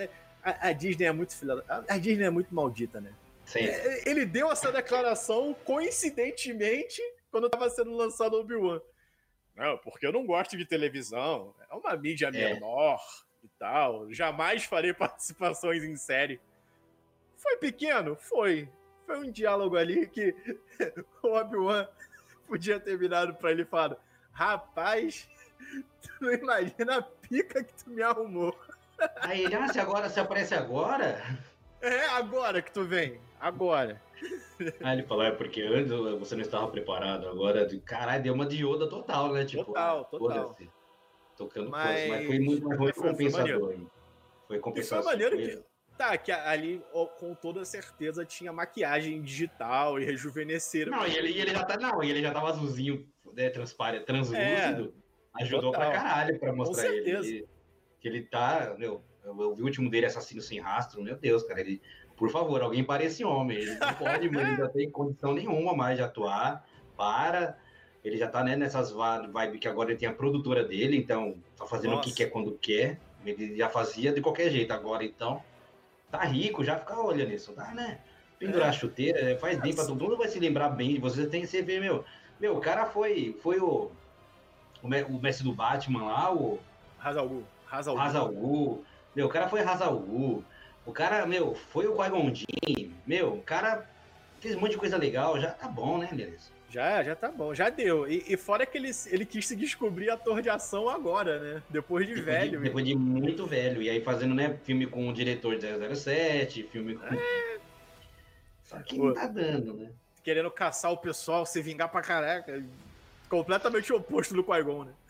A, a Disney é muito filha. A, a Disney é muito maldita, né? Sim. Ele deu essa declaração coincidentemente quando tava sendo lançado o Obi-Wan. Não, porque eu não gosto de televisão. É uma mídia É. menor e tal. Jamais farei participações em série. Foi pequeno? Foi. Foi um diálogo ali que o Obi-Wan podia ter virado pra ele e falado: rapaz, tu não imagina a pica que tu me arrumou. Aí ele, ah, se agora se aparece agora? É agora que tu vem. Agora. Aí ele falou, é porque antes você não estava preparado, agora, caralho, deu uma de Yoda total, né? Tipo, Total, ah, total. Tocando Mas... coisa, mas foi muito foi foi, compensador. Foi, foi compensador. E foi maneiro que... Tá, que ali, com toda certeza, tinha maquiagem digital e rejuvenescer. Não, e ele, e ele já tá, não, e ele já tava azulzinho, né, transparente, translúcido. É, ajudou total. Pra caralho pra mostrar com certeza. ele. Que ele tá, meu, eu vi o último dele, Assassino Sem Rastro, meu Deus, cara, ele, por favor, alguém para esse homem, ele não pode, mas ele não tem condição nenhuma mais de atuar, para, ele já tá, né, nessas vibes que agora ele tem a produtora dele, então, tá fazendo Nossa. o que quer quando quer, ele já fazia de qualquer jeito, agora, então, tá rico, já fica olhando isso, tá, né, pendurar é. a chuteira, faz bem pra todo mundo, vai se lembrar bem de você, tem que você ver, meu, meu, o cara foi, foi o, o mestre do Batman lá, o... Ra's al Ghul. Ra's al Ghul. Meu, o cara foi Ra's al Ghul. O cara, meu, foi o Qui-Gon Jinn. Meu, o cara fez um monte de coisa legal. Já tá bom, né, Lelis? Já, já tá bom. Já deu. E, e fora que ele, ele quis se descobrir ator de ação agora, né? Depois de depois velho. De, depois de muito velho. E aí fazendo, né, filme com o diretor de zero zero sete, filme com... É. Só que Pô, não tá dando, né? Querendo caçar o pessoal, se vingar pra caraca. Completamente o oposto do Qui-Gon, né?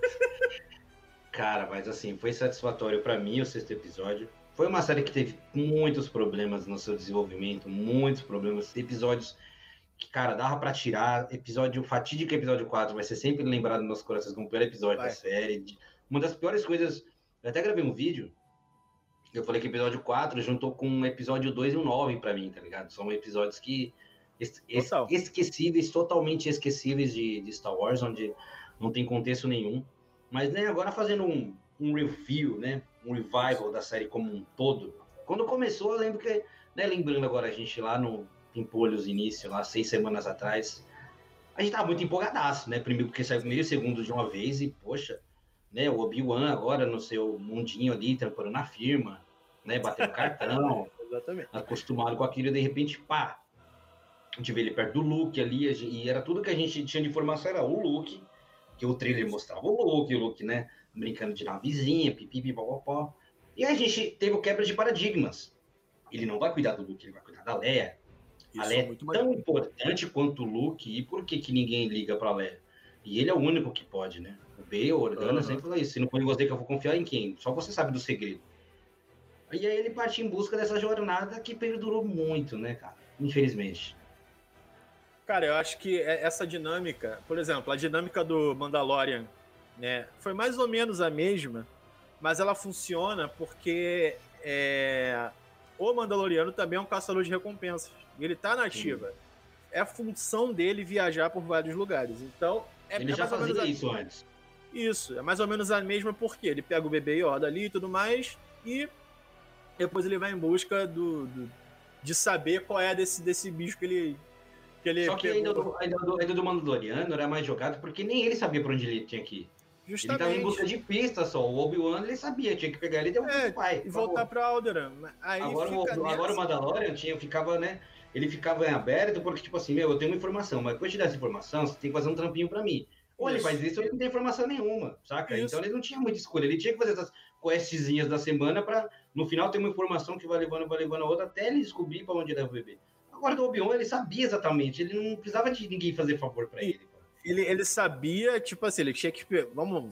Cara, mas assim, foi satisfatório pra mim o sexto episódio. Foi uma série que teve muitos problemas no seu desenvolvimento, muitos problemas, episódios que, cara, dava pra tirar. Episódio fatídico, episódio quatro, vai ser sempre lembrado nos nossos corações como o pior episódio vai. da série. Uma das piores coisas, eu até gravei um vídeo, eu falei que o episódio quatro juntou com o episódio dois e o nove pra mim, tá ligado? São episódios que es, es, esquecíveis, totalmente esquecíveis de, de Star Wars, onde não tem contexto nenhum. Mas, né, agora fazendo um, um review, né, um revival da série como um todo. Quando começou, eu lembro que, né, lembrando agora a gente lá no Pimpolhos início, lá seis semanas atrás, a gente tava muito empolgadaço, né, primeiro porque saiu meio segundo de uma vez e, poxa, né, o Obi-Wan agora no seu mundinho ali, trampando na firma, né, batendo cartão, Exatamente. acostumado com aquilo e de repente, pá, a gente vê ele perto do Luke ali e era tudo que a gente tinha de informação, era o Luke, que o trailer mostrava o Luke, o Luke, né, brincando de navezinha, pipipi, popopó. E aí a gente teve o quebra de paradigmas. Ele não vai cuidar do Luke, ele vai cuidar da Leia. Isso a Leia é, é tão maneiro. importante quanto o Luke, e por que que ninguém liga pra Leia? E ele é o único que pode, né? O B, o Organa, uhum. sempre fala isso. Se não for em você que eu vou confiar em quem? Só você sabe do segredo. E aí ele parte em busca dessa jornada que perdurou muito, né, cara? Infelizmente. Cara, eu acho que essa dinâmica, por exemplo, a dinâmica do Mandalorian, né, foi mais ou menos a mesma, mas ela funciona porque é, o Mandaloriano também é um caçador de recompensas. E ele tá na ativa. Sim. É a função dele viajar por vários lugares. Então, é, ele é já mais fazia ou menos isso a... antes. Isso, é mais ou menos a mesma porque ele pega o bebê Yoda ali e tudo mais, e depois ele vai em busca do, do, de saber qual é desse, desse bicho que ele... Que ele Só que ainda do, ainda, do, ainda do Mandaloriano era mais jogado porque nem ele sabia pra onde ele tinha que ir. Justamente. Ele tava em busca de pista só. O Obi-Wan ele sabia, tinha que pegar ele e deu é, pro pai. E voltar pra Alderaan. Aí agora, o, agora o Mandalorian tinha, ficava, né? Ele ficava em aberto porque, tipo assim, meu, eu tenho uma informação, mas depois de dar essa informação, você tem que fazer um trampinho pra mim. Ou ele faz isso ou ele não tem informação nenhuma, saca? Isso. Então ele não tinha muita escolha. Ele tinha que fazer essas questzinhas da semana pra, no final, ter uma informação que vai levando, vai levando a outra, até ele descobrir pra onde leva o bebê. Agora, do Obi-Wan, ele sabia exatamente. Ele não precisava de ninguém fazer favor pra ele. Ele, ele sabia, tipo assim, ele tinha que... Vamos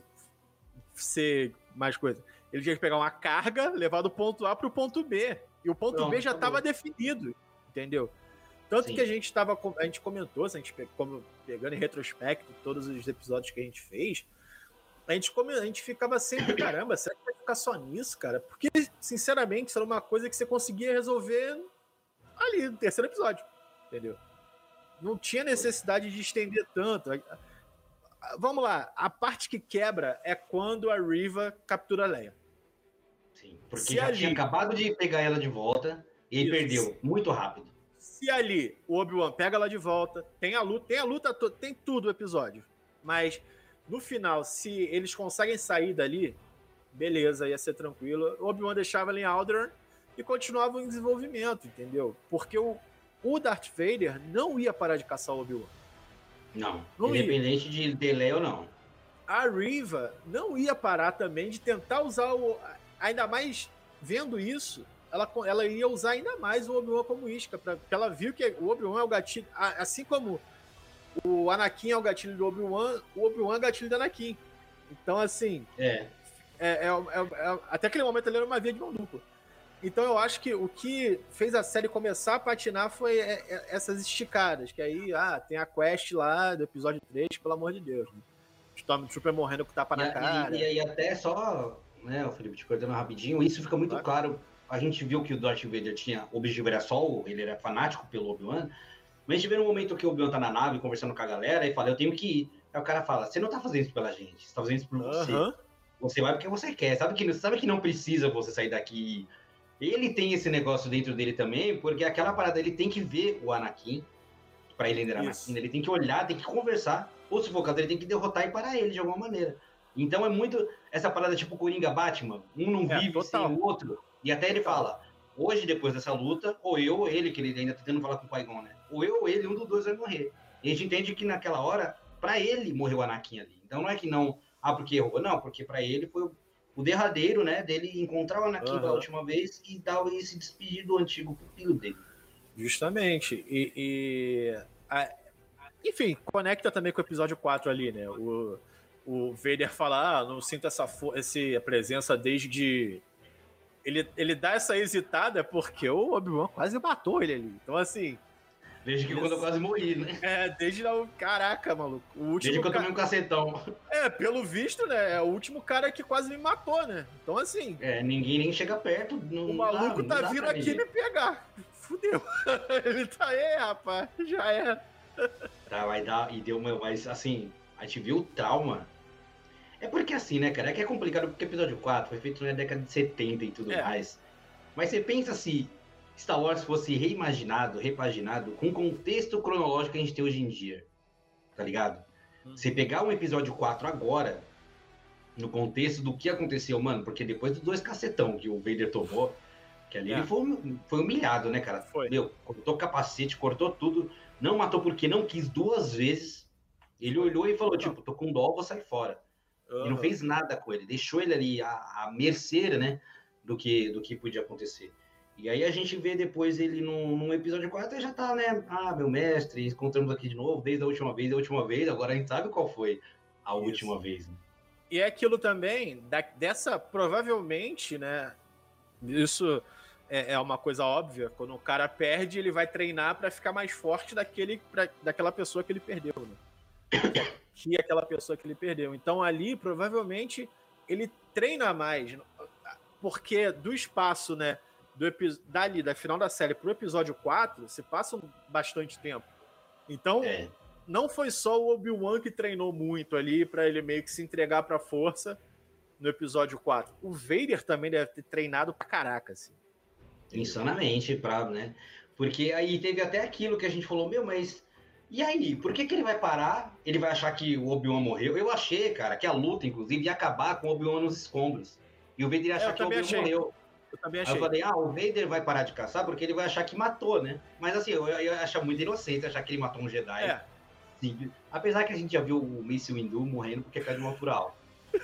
ser mais coisa. Ele tinha que pegar uma carga, levar do ponto A pro ponto B. E o ponto não, B já estava definido, entendeu? Tanto Sim. que a gente tava... A gente comentou, a gente pegando em retrospecto todos os episódios que a gente fez, a gente, come, a gente ficava sempre, caramba, será que vai ficar só nisso, cara? Porque, sinceramente, isso era uma coisa que você conseguia resolver... ali, no terceiro episódio, entendeu? Não tinha necessidade de estender tanto. Vamos lá, a parte que quebra é quando a Riva captura a Leia. Sim, porque Se já ali, tinha acabado de pegar ela de volta e ele isso, perdeu muito rápido. Se ali o Obi-Wan pega ela de volta, tem a luta, tem a luta, tem tudo o episódio. Mas no final, se eles conseguem sair dali, beleza, ia ser tranquilo. O Obi-Wan deixava ela em Alderaan e continuava em desenvolvimento, entendeu? Porque o, o Darth Vader não ia parar de caçar o Obi-Wan. Não, Não independente ia. de delay ou não. A Riva não ia parar também de tentar usar o... Ainda mais vendo isso, ela, ela ia usar ainda mais o Obi-Wan como isca, pra, porque ela viu que o Obi-Wan é o gatilho... Assim como o Anakin é o gatilho do Obi-Wan, o Obi-Wan é o gatilho do Anakin. Então, assim... É. É, é, é, é, até aquele momento ele era uma via de mão dupla. Então eu acho que o que fez a série começar a patinar foi essas esticadas, que aí, ah, tem a quest lá do episódio três, pelo amor de Deus, né? Stormtrooper morrendo com tapa E, na cara. E, e aí até só, né, o Felipe, te cortando rapidinho, isso fica muito claro. A gente viu que o Darth Vader tinha, o objetivo era só, ele era fanático pelo Obi-Wan, mas a gente vê no momento que o Obi-Wan tá na nave conversando com a galera e fala, eu tenho que ir. Aí o cara fala, você não tá fazendo isso pela gente, você tá fazendo isso por você. Uhum. Você vai porque você quer, sabe que, sabe que não precisa você sair daqui. Ele tem esse negócio dentro dele também, porque aquela parada, ele tem que ver o Anakin, pra ele entender Anakin, ele tem que olhar, tem que conversar, ou se for o caso, ele tem que derrotar e parar ele de alguma maneira. Então é muito essa parada tipo Coringa Batman, um não é, vive total. sem o outro, e até ele fala, hoje depois dessa luta, ou eu ou ele, que ele ainda tá tentando falar com o Qui-Gon, né? Ou eu ou ele, um dos dois vai morrer. E a gente entende que naquela hora, pra ele morreu o Anakin ali. Então não é que não, ah, porque errou, não, porque pra ele foi o derradeiro, né, dele encontrar o Anakin uhum. pela última vez e, dar, e se despedir do antigo pupilo dele. Justamente. E, e a, enfim, conecta também com o episódio quatro ali, né? O, o Vader fala, ah, não sinto essa, essa presença desde... Ele, ele dá essa hesitada porque o Obi-Wan quase matou ele ali. Então, assim... Desde que ele... quando eu quase morri, né? É, desde o... Caraca, maluco. O último desde que eu ca... tomei um cacetão. É, pelo visto, né? É o último cara que quase me matou, né? Então, assim... É, ninguém nem chega perto. Não, o maluco não dá, tá não vindo aqui me pegar. Fudeu. Ele tá aí, rapaz. Já é. Tá, vai dar... E deu uma... Mas, assim, a gente viu o trauma... É porque assim, né, cara? É que é complicado porque o episódio quatro foi feito na década de setenta e tudo é. mais. Mas você pensa se Star Wars fosse reimaginado, repaginado com o contexto cronológico que a gente tem hoje em dia. Tá ligado? Hum. Você pegar um episódio quatro agora, no contexto do que aconteceu, mano, porque depois dos dois cacetão que o Vader tomou, que ali é. ele foi, foi humilhado, né, cara? Foi. Meu, cortou capacete, cortou tudo, não matou porque não quis duas vezes. Ele foi. olhou e falou, tipo, tô com dó, vou sair fora. Uhum. E não fez nada com ele, deixou ele ali à, à mercê, né, do que, do que podia acontecer. E aí a gente vê depois ele num, num episódio quatro, já tá, né, ah, meu mestre, encontramos aqui de novo, desde a última vez, a última vez, agora a gente sabe qual foi a Isso. última vez. Né? E é aquilo também, da, dessa, provavelmente, né, isso é, é uma coisa óbvia, quando o cara perde, ele vai treinar para ficar mais forte daquele, pra, daquela pessoa que ele perdeu, né? Que aquela pessoa que ele perdeu. Então ali, provavelmente, ele treina mais, porque do espaço, né, do dali, da final da série pro episódio quatro, se passa bastante tempo. Então, é. não foi só o Obi-Wan que treinou muito ali para ele meio que se entregar pra força no episódio quatro. O Vader também deve ter treinado pra caraca, assim. Insanamente, pra, né? Porque aí teve até aquilo que a gente falou, meu, mas e aí, por que que ele vai parar? Ele vai achar que o Obi-Wan morreu? Eu achei, cara, que a luta, inclusive, ia acabar com o Obi-Wan nos escombros. E o Vader ia achar é, que o Obi-Wan morreu. Eu também achei. Aí eu falei, ah, o Vader vai parar de caçar porque ele vai achar que matou, né? Mas assim, eu ia achar muito inocente achar que ele matou um Jedi. É. Simples. Apesar que a gente já viu o Mace Windu morrendo porque caiu de uma altura alta.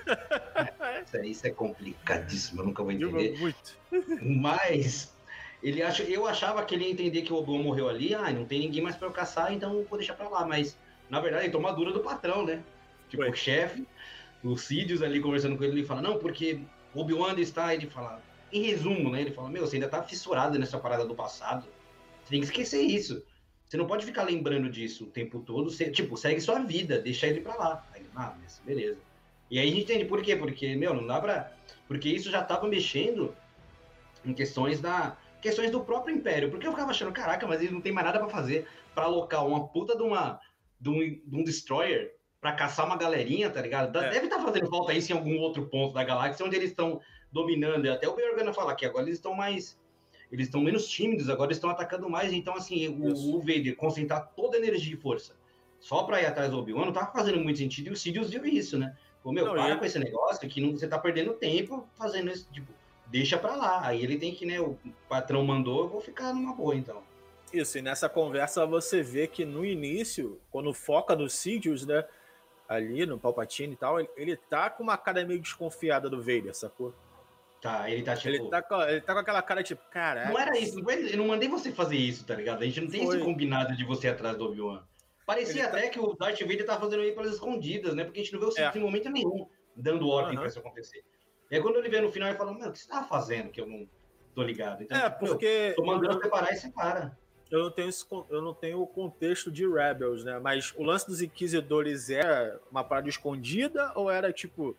é, isso, é, isso é complicadíssimo, eu nunca vou entender. Muito. Mas... Ele acha, eu achava que ele ia entender que o Obi-Wan morreu ali, ah, não tem ninguém mais pra eu caçar, então vou deixar pra lá. Mas, na verdade, ele toma dura do patrão, né? Tipo, Foi. o chefe, o Sidious ali conversando com ele, ele fala, não, porque o Obi-Wan está, ele fala, em resumo, né? Ele fala, meu, você ainda tá fissurado nessa parada do passado. Você tem que esquecer isso. Você não pode ficar lembrando disso o tempo todo. Você, tipo, segue sua vida, deixa ele pra lá. Aí, ah, mas beleza. E aí a gente entende por quê? Porque, meu, não dá pra... Porque isso já tava mexendo em questões da... questões do próprio Império, porque eu ficava achando, caraca, mas eles não tem mais nada pra fazer pra alocar uma puta de, uma, de, um, de um Destroyer pra caçar uma galerinha, tá ligado? É. Deve estar tá fazendo falta isso em algum outro ponto da galáxia, onde eles estão dominando. E até o Organa falar que agora eles estão mais... Eles estão menos tímidos, agora eles estão atacando mais. Então, assim, o, o Vader concentrar toda a energia e força só pra ir atrás do Obi-Wan não tá fazendo muito sentido. E o Sidious viu isso, né? Pô, meu, não, para ele... com esse negócio que não, você tá perdendo tempo fazendo isso. Tipo, deixa pra lá. Aí ele tem que, né? O patrão mandou, eu vou ficar numa boa, então. Isso, e nessa conversa você vê que no início, quando foca no Sidious, né? Ali no Palpatine e tal, ele, ele tá com uma cara meio desconfiada do Vader, sacou? Tá, ele tá tipo... Ele tá com, ele tá com aquela cara tipo, caraca... Não era isso, eu não mandei você fazer isso, tá ligado? A gente não tem Foi. esse combinado de você ir atrás do Obi-Wan. Parecia ele até tá... que o Darth Vader tava fazendo aí pelas escondidas, né? Porque a gente não vê o Sidious é. em momento nenhum dando ordem uhum. pra isso acontecer. E aí quando ele vê no final, ele fala, meu, o que você tava fazendo que eu não tô ligado? Então, é, porque... Tô mandando eu... separar e separa. Eu não, tenho esse, eu não tenho o contexto de Rebels, né? Mas o lance dos Inquisidores era uma parada escondida ou era tipo...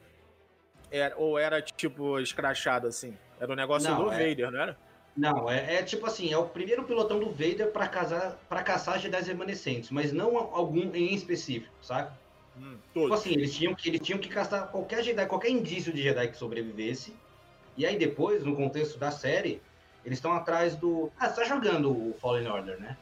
Era, ou era tipo escrachado assim? Era um negócio não, do é... Vader, não era? Não, é, é tipo assim, é o primeiro pilotão do Vader pra, casar, pra caçar Jedi remanescentes, mas não algum em específico, saca? Hum, tipo assim, eles tinham, que, eles tinham que caçar qualquer Jedi, qualquer indício de Jedi que sobrevivesse. E aí depois, no contexto da série, eles estão atrás do... Ah, você tá jogando o Fallen Order, né?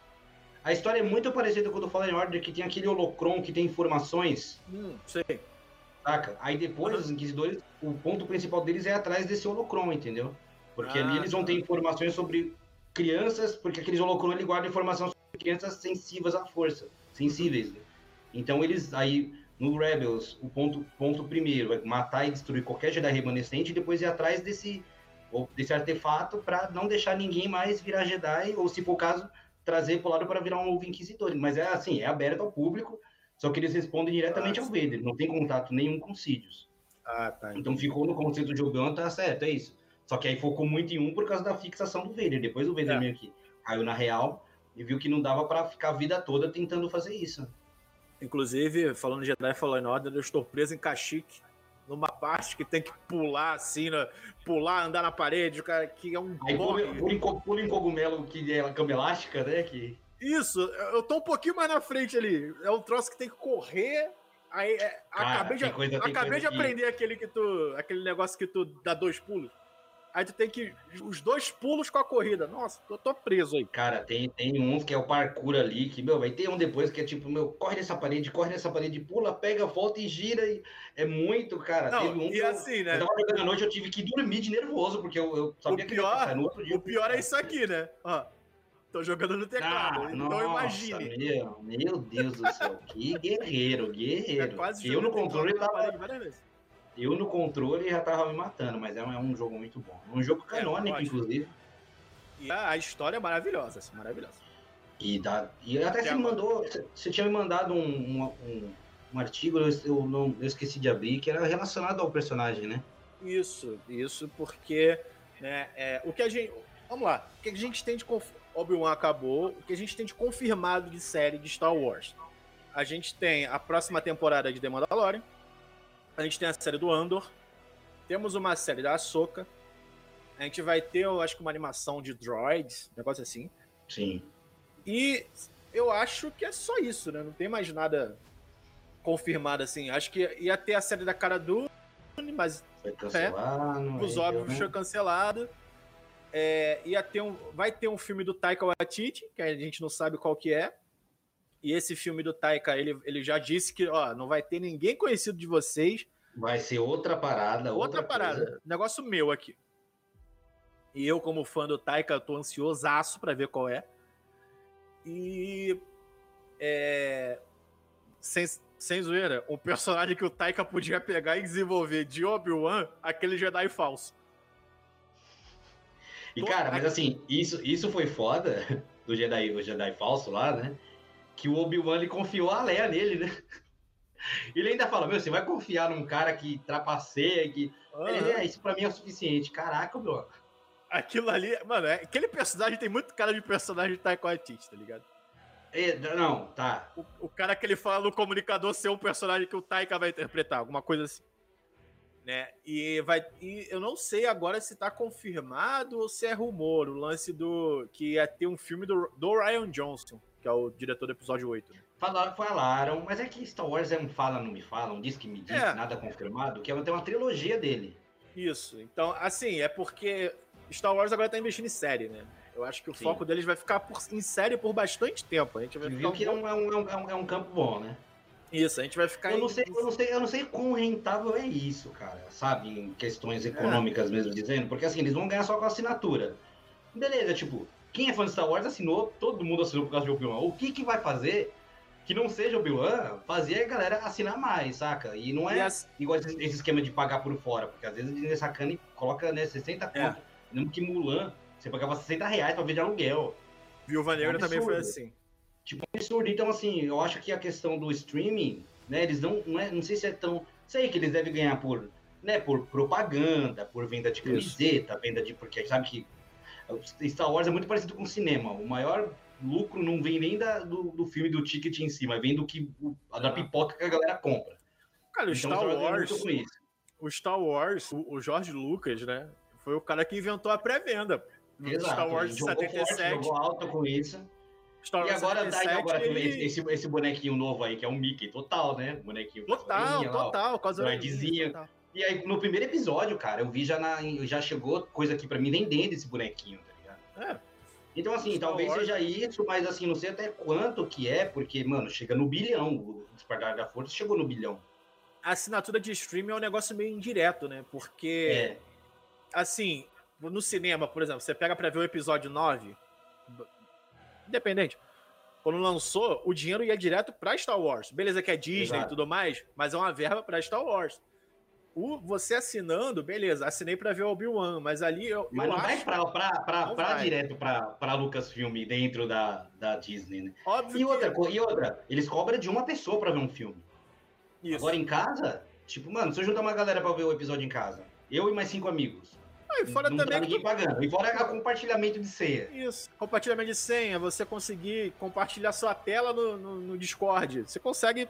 A história é muito parecida com o do Fallen Order, que tem aquele holocron que tem informações. Hum, sei. Saca? Aí depois, uhum. os Inquisidores, o ponto principal deles é atrás desse holocron, entendeu? Porque ah, ali eles vão ter informações sobre crianças, porque aqueles holocron, ele guarda informação sobre crianças sensíveis à força. Sensíveis, né? Então eles, aí, no Rebels, o ponto, ponto primeiro é matar e destruir qualquer Jedi remanescente e depois ir atrás desse... ou desse artefato para não deixar ninguém mais virar Jedi, ou se for o caso, trazer pro lado para virar um novo Inquisidor. Mas é assim, é aberto ao público, só que eles respondem diretamente ah, ao Vader, não tem contato nenhum com Sidious. Ah, tá. Então ficou no conceito de Obi-Wan, tá certo, é isso. Só que aí focou muito em um por causa da fixação do Vader. Depois o Vader é. meio que caiu na real e viu que não dava para ficar a vida toda tentando fazer isso. Inclusive, falando de Jedi Fallen Order, eu estou preso em Kashyyyk, numa parte que tem que pular assim, né? Pular, andar na parede, cara, que é um... Aí pula em cogumelo que é a cama elástica, né? Que... Isso, eu tô um pouquinho mais na frente ali. É um troço que tem que correr. Aí, é, cara, acabei de, coisa, acabei de aprender que... aquele que tu, aquele negócio que tu dá dois pulos. Aí tu tem que... Os dois pulos com a corrida. Nossa, eu tô preso aí. Cara, tem, tem uns que é o parkour ali, que, meu, vai ter um depois que é tipo, meu, corre nessa parede, corre nessa parede, pula, pega, volta e gira. E é muito, cara. Não, teve um e que assim, eu, né? Eu tava jogando à noite, eu tive que dormir de nervoso, porque eu, eu sabia o pior, que ia no outro dia. O pior é isso aqui, né? Ó, tô jogando no teclado. Ah, então nossa, imagine. Meu, meu Deus do céu. Que guerreiro, guerreiro. É quase eu no controle tava... Eu no controle já tava me matando, mas é um, é um jogo muito bom. Um jogo canônico, é, inclusive. E a, a história é maravilhosa, assim, maravilhosa. E, dá, e até você me mandou, você tinha me mandado um, um, um, um artigo, eu, eu, não, eu esqueci de abrir, que era relacionado ao personagem, né? Isso, isso, porque né, é, o que a gente... Vamos lá, o que a gente tem de... Conf... Obi-Wan acabou, o que a gente tem de confirmado de série de Star Wars? A gente tem a próxima temporada de The Mandalorian, a gente tem a série do Andor, temos uma série da Ahsoka, a gente vai ter, eu acho que uma animação de droids, um negócio assim. Sim. E eu acho que é só isso, né? Não tem mais nada confirmado assim. Acho que ia ter a série da Cara Dune, mas foi cancelado, é, os óbvios foi cancelado. É, ia ter um, vai ter um filme do Taika Waititi, que a gente não sabe qual que é. E esse filme do Taika, ele, ele já disse que ó, não vai ter ninguém conhecido de vocês. Vai ser outra parada. Outra, outra parada. Coisa. Negócio meu aqui. E eu, como fã do Taika, tô ansiosaço pra ver qual é. E... É... Sem, sem zoeira, um personagem que o Taika podia pegar e desenvolver de Obi-Wan, aquele Jedi falso. E, cara, mas assim, isso, isso foi foda do Jedi, o Jedi falso lá, né? Que o Obi-Wan, ele confiou a Leia nele, né? Ele ainda fala, meu, você vai confiar num cara que trapaceia, que... Uhum. Ele, é, isso pra mim é o suficiente. Caraca, meu... Aquilo ali, mano, é, aquele personagem tem muito cara de personagem de Taika Waititi, tá ligado? É, não, tá. O, o cara que ele fala no comunicador ser um personagem que o Taika vai interpretar, alguma coisa assim. Né? E, vai, e eu não sei agora se tá confirmado ou se é rumor, o lance do... que ia ter um filme do, do Rian Johnson, que é o diretor do episódio oito. Né? Falaram, falaram, mas é que Star Wars é um fala, não me fala, um diz que me diz, é. Nada confirmado, que tem uma trilogia dele. Isso. Então, assim, é porque Star Wars agora tá investindo em série, né? Eu acho que o Sim. foco deles vai ficar por, em série por bastante tempo. A gente vai viu que um... é, um, é, um, é um campo bom, né? Isso, a gente vai ficar eu não em... sei, eu não sei, eu não sei quão rentável é isso, cara, sabe? Em questões econômicas é. mesmo dizendo, porque assim, eles vão ganhar só com a assinatura. Beleza, tipo, quem é fã de Star Wars assinou, todo mundo assinou por causa de Obi-Wan. O que que vai fazer que não seja Obi-Wan, fazer a galera assinar mais, saca? E não é as... igual esse, esse esquema de pagar por fora, porque às vezes a Disney sacana e coloca, né, sessenta conto. É. Mesmo que Mulan, você pagava sessenta reais pra ver de aluguel. Viúva Negra é um também foi assim. Tipo, um absurdo. Então, assim, eu acho que a questão do streaming, né, eles não, não, é, não sei se é tão... Sei que eles devem ganhar por, né, por propaganda, por venda de camiseta, Isso. venda de... Porque sabe que Star Wars é muito parecido com o cinema. O maior lucro não vem nem da, do, do filme, do ticket em si, mas vem do que, da ah. pipoca que a galera compra. Cara, o então, Star Wars... O Star Wars, o, o George Lucas, né, foi o cara que inventou a pré-venda. Exato, Star Wars de setenta e sete. Jogou alto com isso. Star e agora, setenta e sete, daí, agora ele... esse, esse bonequinho novo aí, que é um Mickey, total, né? Bonequinho total, total, com as orelhinhas. E aí, no primeiro episódio, cara, eu vi já, na, já chegou coisa aqui pra mim vendendo esse bonequinho, tá ligado? É. Então, assim, Star talvez Wars. seja isso, mas assim, não sei até quanto que é, porque, mano, chega no bilhão. O Despertar da Força chegou no bilhão. A assinatura de streaming é um negócio meio indireto, né? Porque, é. assim, no cinema, por exemplo, você pega pra ver o episódio nove, independente, quando lançou, o dinheiro ia direto pra Star Wars. Beleza que é Disney Exato. e tudo mais, mas é uma verba pra Star Wars. O, você assinando, beleza, assinei pra ver o Obi-Wan, mas ali eu, Mas eu não acho... vai pra, pra, pra, não pra vai. direto pra, pra Lucasfilm dentro da, da Disney, né? Óbvio e, que... outra, e outra, eles cobram de uma pessoa pra ver um filme. Isso. Agora em casa, tipo, mano, se eu juntar uma galera pra ver o episódio em casa, eu e mais cinco amigos, ah, e fora não também tá ninguém tu... pagando. E fora o compartilhamento de senha. Isso, compartilhamento de senha, você conseguir compartilhar sua tela no, no, no Discord. Você consegue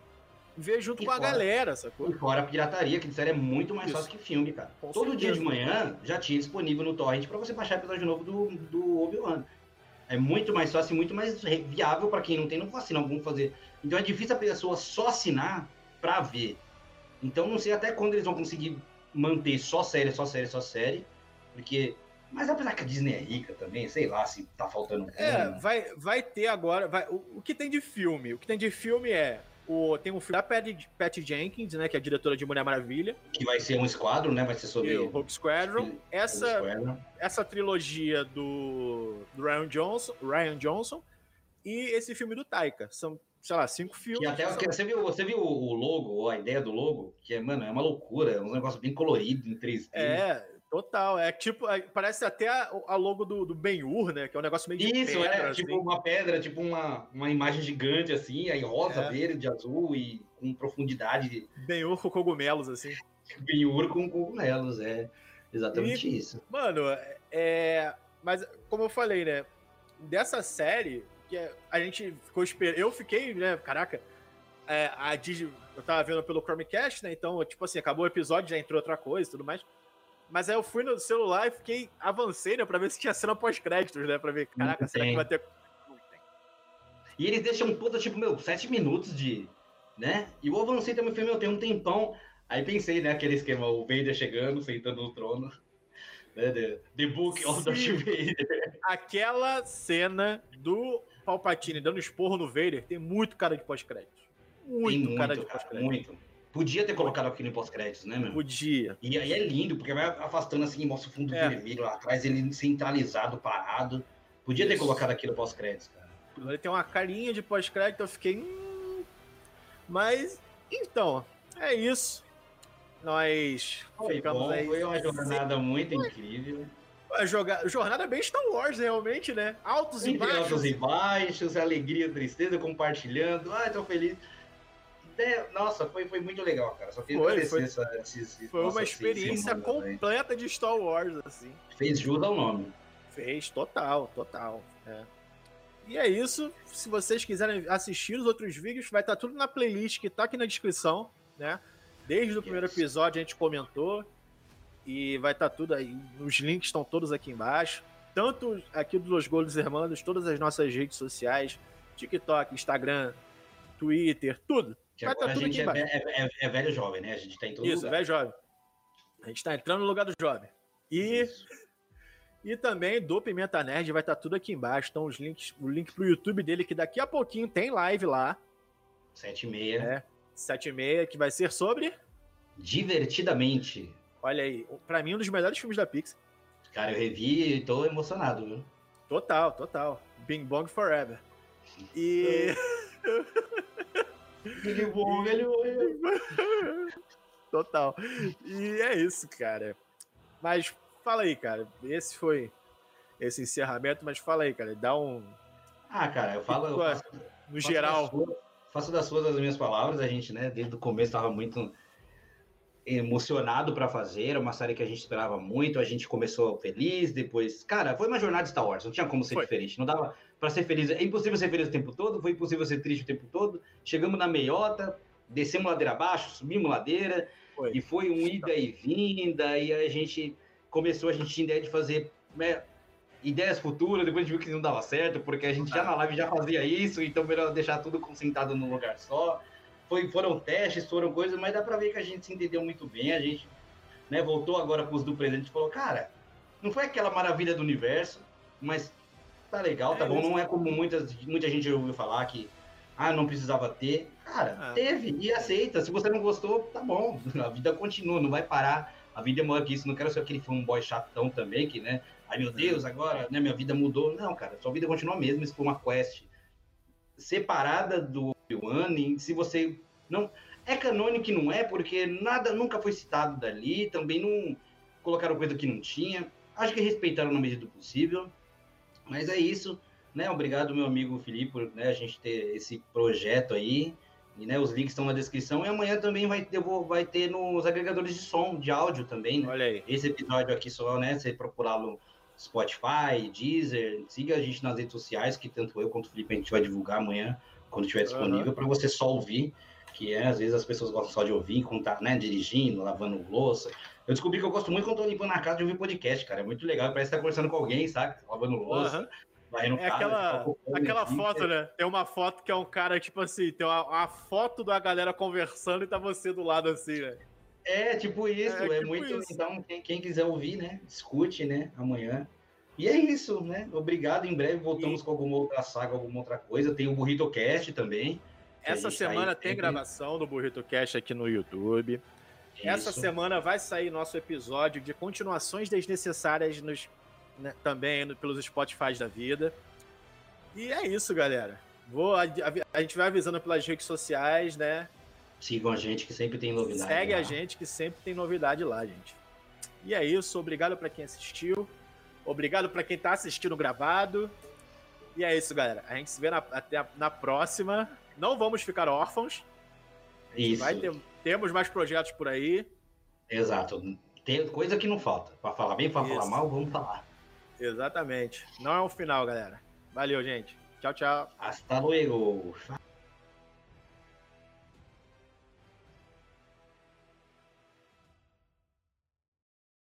ver junto e com fora, a galera, sacou? E fora a pirataria, que disseram é muito mais Isso. fácil que filme, cara. Com Todo certeza. dia de manhã já tinha disponível no torrent pra você baixar o episódio novo do, do Obi-Wan. É muito mais fácil e muito mais viável pra quem não tem, não vou assinar, vamos fazer. Então é difícil a pessoa só assinar pra ver. Então não sei até quando eles vão conseguir manter só série, só série, só série, porque... Mas apesar que a Disney é rica também, sei lá se tá faltando... É, um... vai, vai ter agora... Vai, o, o que tem de filme? O que tem de filme é... O, tem um filme da Patty, Patty Jenkins, né, que é a diretora de Mulher Maravilha. Que vai ser um esquadro, né, vai ser sobre... o Rogue Squadron. Essa, Squadron. essa trilogia do, do Ryan Johnson, Ryan Johnson e esse filme do Taika. São, sei lá, cinco filmes. Que até, que você, viu, você viu o logo, a ideia do logo? Que, é, mano, é uma loucura, é um negócio bem colorido em três D. É, total. É tipo, parece até a, a logo do, do Ben-Hur, né? Que é um negócio meio de Isso, pedra, é, assim. Tipo uma pedra, tipo uma, uma imagem gigante, assim, aí rosa, é. verde, azul e com profundidade. Ben-Hur com cogumelos, assim. Ben-Hur com cogumelos, é. Exatamente e, isso. Mano, é... Mas, como eu falei, né? Dessa série, que a gente ficou esperando... Eu fiquei, né? Caraca, é, a Disney... Eu tava vendo pelo Chromecast, né? Então, tipo assim, acabou o episódio, já entrou outra coisa e tudo mais. Mas aí eu fui no celular e fiquei... Avancei, né? Pra ver se tinha cena pós-créditos, né? Pra ver, caraca, será que vai ter... Não tem. E eles deixam um puta, tipo, meu, sete minutos de... Né? E eu avancei também, falei, meu, tem um tempão... Aí pensei, né, aquele esquema, o Vader chegando, sentando no trono, né, the, the Book of Darth Vader. Aquela cena do Palpatine dando esporro no Vader tem muito cara de pós-crédito. Muito, muito cara de pós-crédito. Muito. Podia ter colocado aquilo em pós-créditos, né, meu? Podia. E aí é lindo, porque vai afastando assim, mostra o fundo é. vermelho lá atrás, ele centralizado, parado. Podia Isso. ter colocado aquilo pós-créditos, cara. Ele tem uma carinha de pós-crédito, eu fiquei... Hum... Mas, então, é isso. Nós foi ficamos bom, aí. Foi uma jornada muito foi. incrível. A joga... jornada bem Star Wars, realmente, né? Altos e baixos. Altos e baixos, alegria, tristeza, compartilhando. Ai, tô feliz. Nossa, foi, foi muito legal, cara. Só queria agradecer foi, essa, esses, Foi nossa, uma experiência completa aí. de Star Wars, assim. Fez jus ao nome. Fez, total, total. É. E é isso. Se vocês quiserem assistir os outros vídeos, vai estar tudo na playlist que tá aqui na descrição, né? Desde o primeiro episódio a gente comentou e vai estar tudo aí. Os links estão todos aqui embaixo. Tanto aqui dos Los Golos Hermanos, todas as nossas redes sociais, TikTok, Instagram, Twitter, tudo. Que vai estar tudo aqui embaixo. É, é, é velho jovem, né? A gente tá em todo Isso, lugar. velho jovem. A gente tá entrando no lugar do jovem. E, e também do Pimenta Nerd vai estar tudo aqui embaixo. Então os links, o link pro YouTube dele, que daqui a pouquinho tem live lá. Sete e meia. É, sete e meia, que vai ser sobre... Divertidamente. Olha aí, pra mim um dos melhores filmes da Pixar. Cara, eu revi e tô emocionado, viu? Total, total. Bing Bong Forever. E... Bing Bong, ele morreu. Total. E é isso, cara. Mas fala aí, cara. Esse foi esse encerramento, mas fala aí, cara. Dá um... Ah, cara, eu falo... Eu faço, no faço geral. Das suas, faço das suas as minhas palavras. A gente, né, desde o começo tava muito... emocionado para fazer, era uma série que a gente esperava muito, a gente começou feliz, depois, cara, foi uma jornada de Star Wars, não tinha como ser foi. diferente, não dava para ser feliz, é impossível ser feliz o tempo todo, foi impossível ser triste o tempo todo, chegamos na meiota, descemos ladeira abaixo, subimos ladeira, foi. e foi um ida e vinda, e a gente começou, a gente tinha ideia de fazer né, ideias futuras, depois a gente viu que não dava certo, porque a gente já na live já fazia isso, então melhor deixar tudo concentrado num lugar só. Foi, foram testes, foram coisas, mas dá pra ver que a gente se entendeu muito bem, a gente né, voltou agora pros do presente e falou, cara, não foi aquela maravilha do universo, mas tá legal, tá é bom, isso. Não é como muitas, muita gente ouviu falar que, ah, não precisava ter, cara, ah. teve, e aceita, se você não gostou, tá bom, a vida continua, não vai parar, a vida é maior que isso, não quero ser aquele fanboy chatão também, que, né, ai meu Deus, agora, né, minha vida mudou, não, cara, sua vida continua mesmo, isso foi uma quest separada do Obi-Wan, se você não é canônico que não é, porque nada nunca foi citado dali, também não colocaram coisa que não tinha, acho que respeitaram na medida do possível, mas é isso, né, obrigado meu amigo Felipe por né, a gente ter esse projeto aí, e né, os links estão na descrição, e amanhã também vai ter, eu vou, vai ter nos agregadores de som, de áudio também, né, olha aí. Esse episódio aqui só, né, você procurar no Spotify, Deezer, siga a gente nas redes sociais, que tanto eu quanto o Felipe a gente vai divulgar amanhã, quando estiver disponível, uhum. para você só ouvir, que é, às vezes as pessoas gostam só de ouvir, enquanto tá, né, dirigindo, lavando louça. Eu descobri que eu gosto muito quando tô limpando a casa de ouvir podcast, cara, é muito legal, parece que tá conversando com alguém, sabe, lavando louça, uhum. varrendo é casa. Aquela, aquela assim, foto, né, tem uma foto que é um cara, tipo assim, tem uma, uma foto da galera conversando e tá você do lado assim, né. É, tipo isso, é, é tipo muito, isso. Então, quem, quem quiser ouvir, né, escute, né, amanhã. E é isso, né? Obrigado. Em breve voltamos e... com alguma outra saga, alguma outra coisa. Tem o Burrito Cast também. Essa semana tem sempre... gravação do Burrito Cast aqui no YouTube. Isso. Essa semana vai sair nosso episódio de continuações desnecessárias nos, né, também no, pelos Spotify da vida. E é isso, galera. Vou, a, a, a gente vai avisando pelas redes sociais, né? Sigam a gente que sempre tem novidade. Segue lá. a gente que sempre tem novidade lá, gente. E é isso. Obrigado para quem assistiu. Obrigado para quem tá assistindo gravado. E é isso, galera. A gente se vê na, até na próxima. Não vamos ficar órfãos. Isso. Vai ter, temos mais projetos por aí. Exato. Tem coisa que não falta. Para falar bem, para falar mal, vamos falar. Exatamente. Não é um final, galera. Valeu, gente. Tchau, tchau. Hasta luego.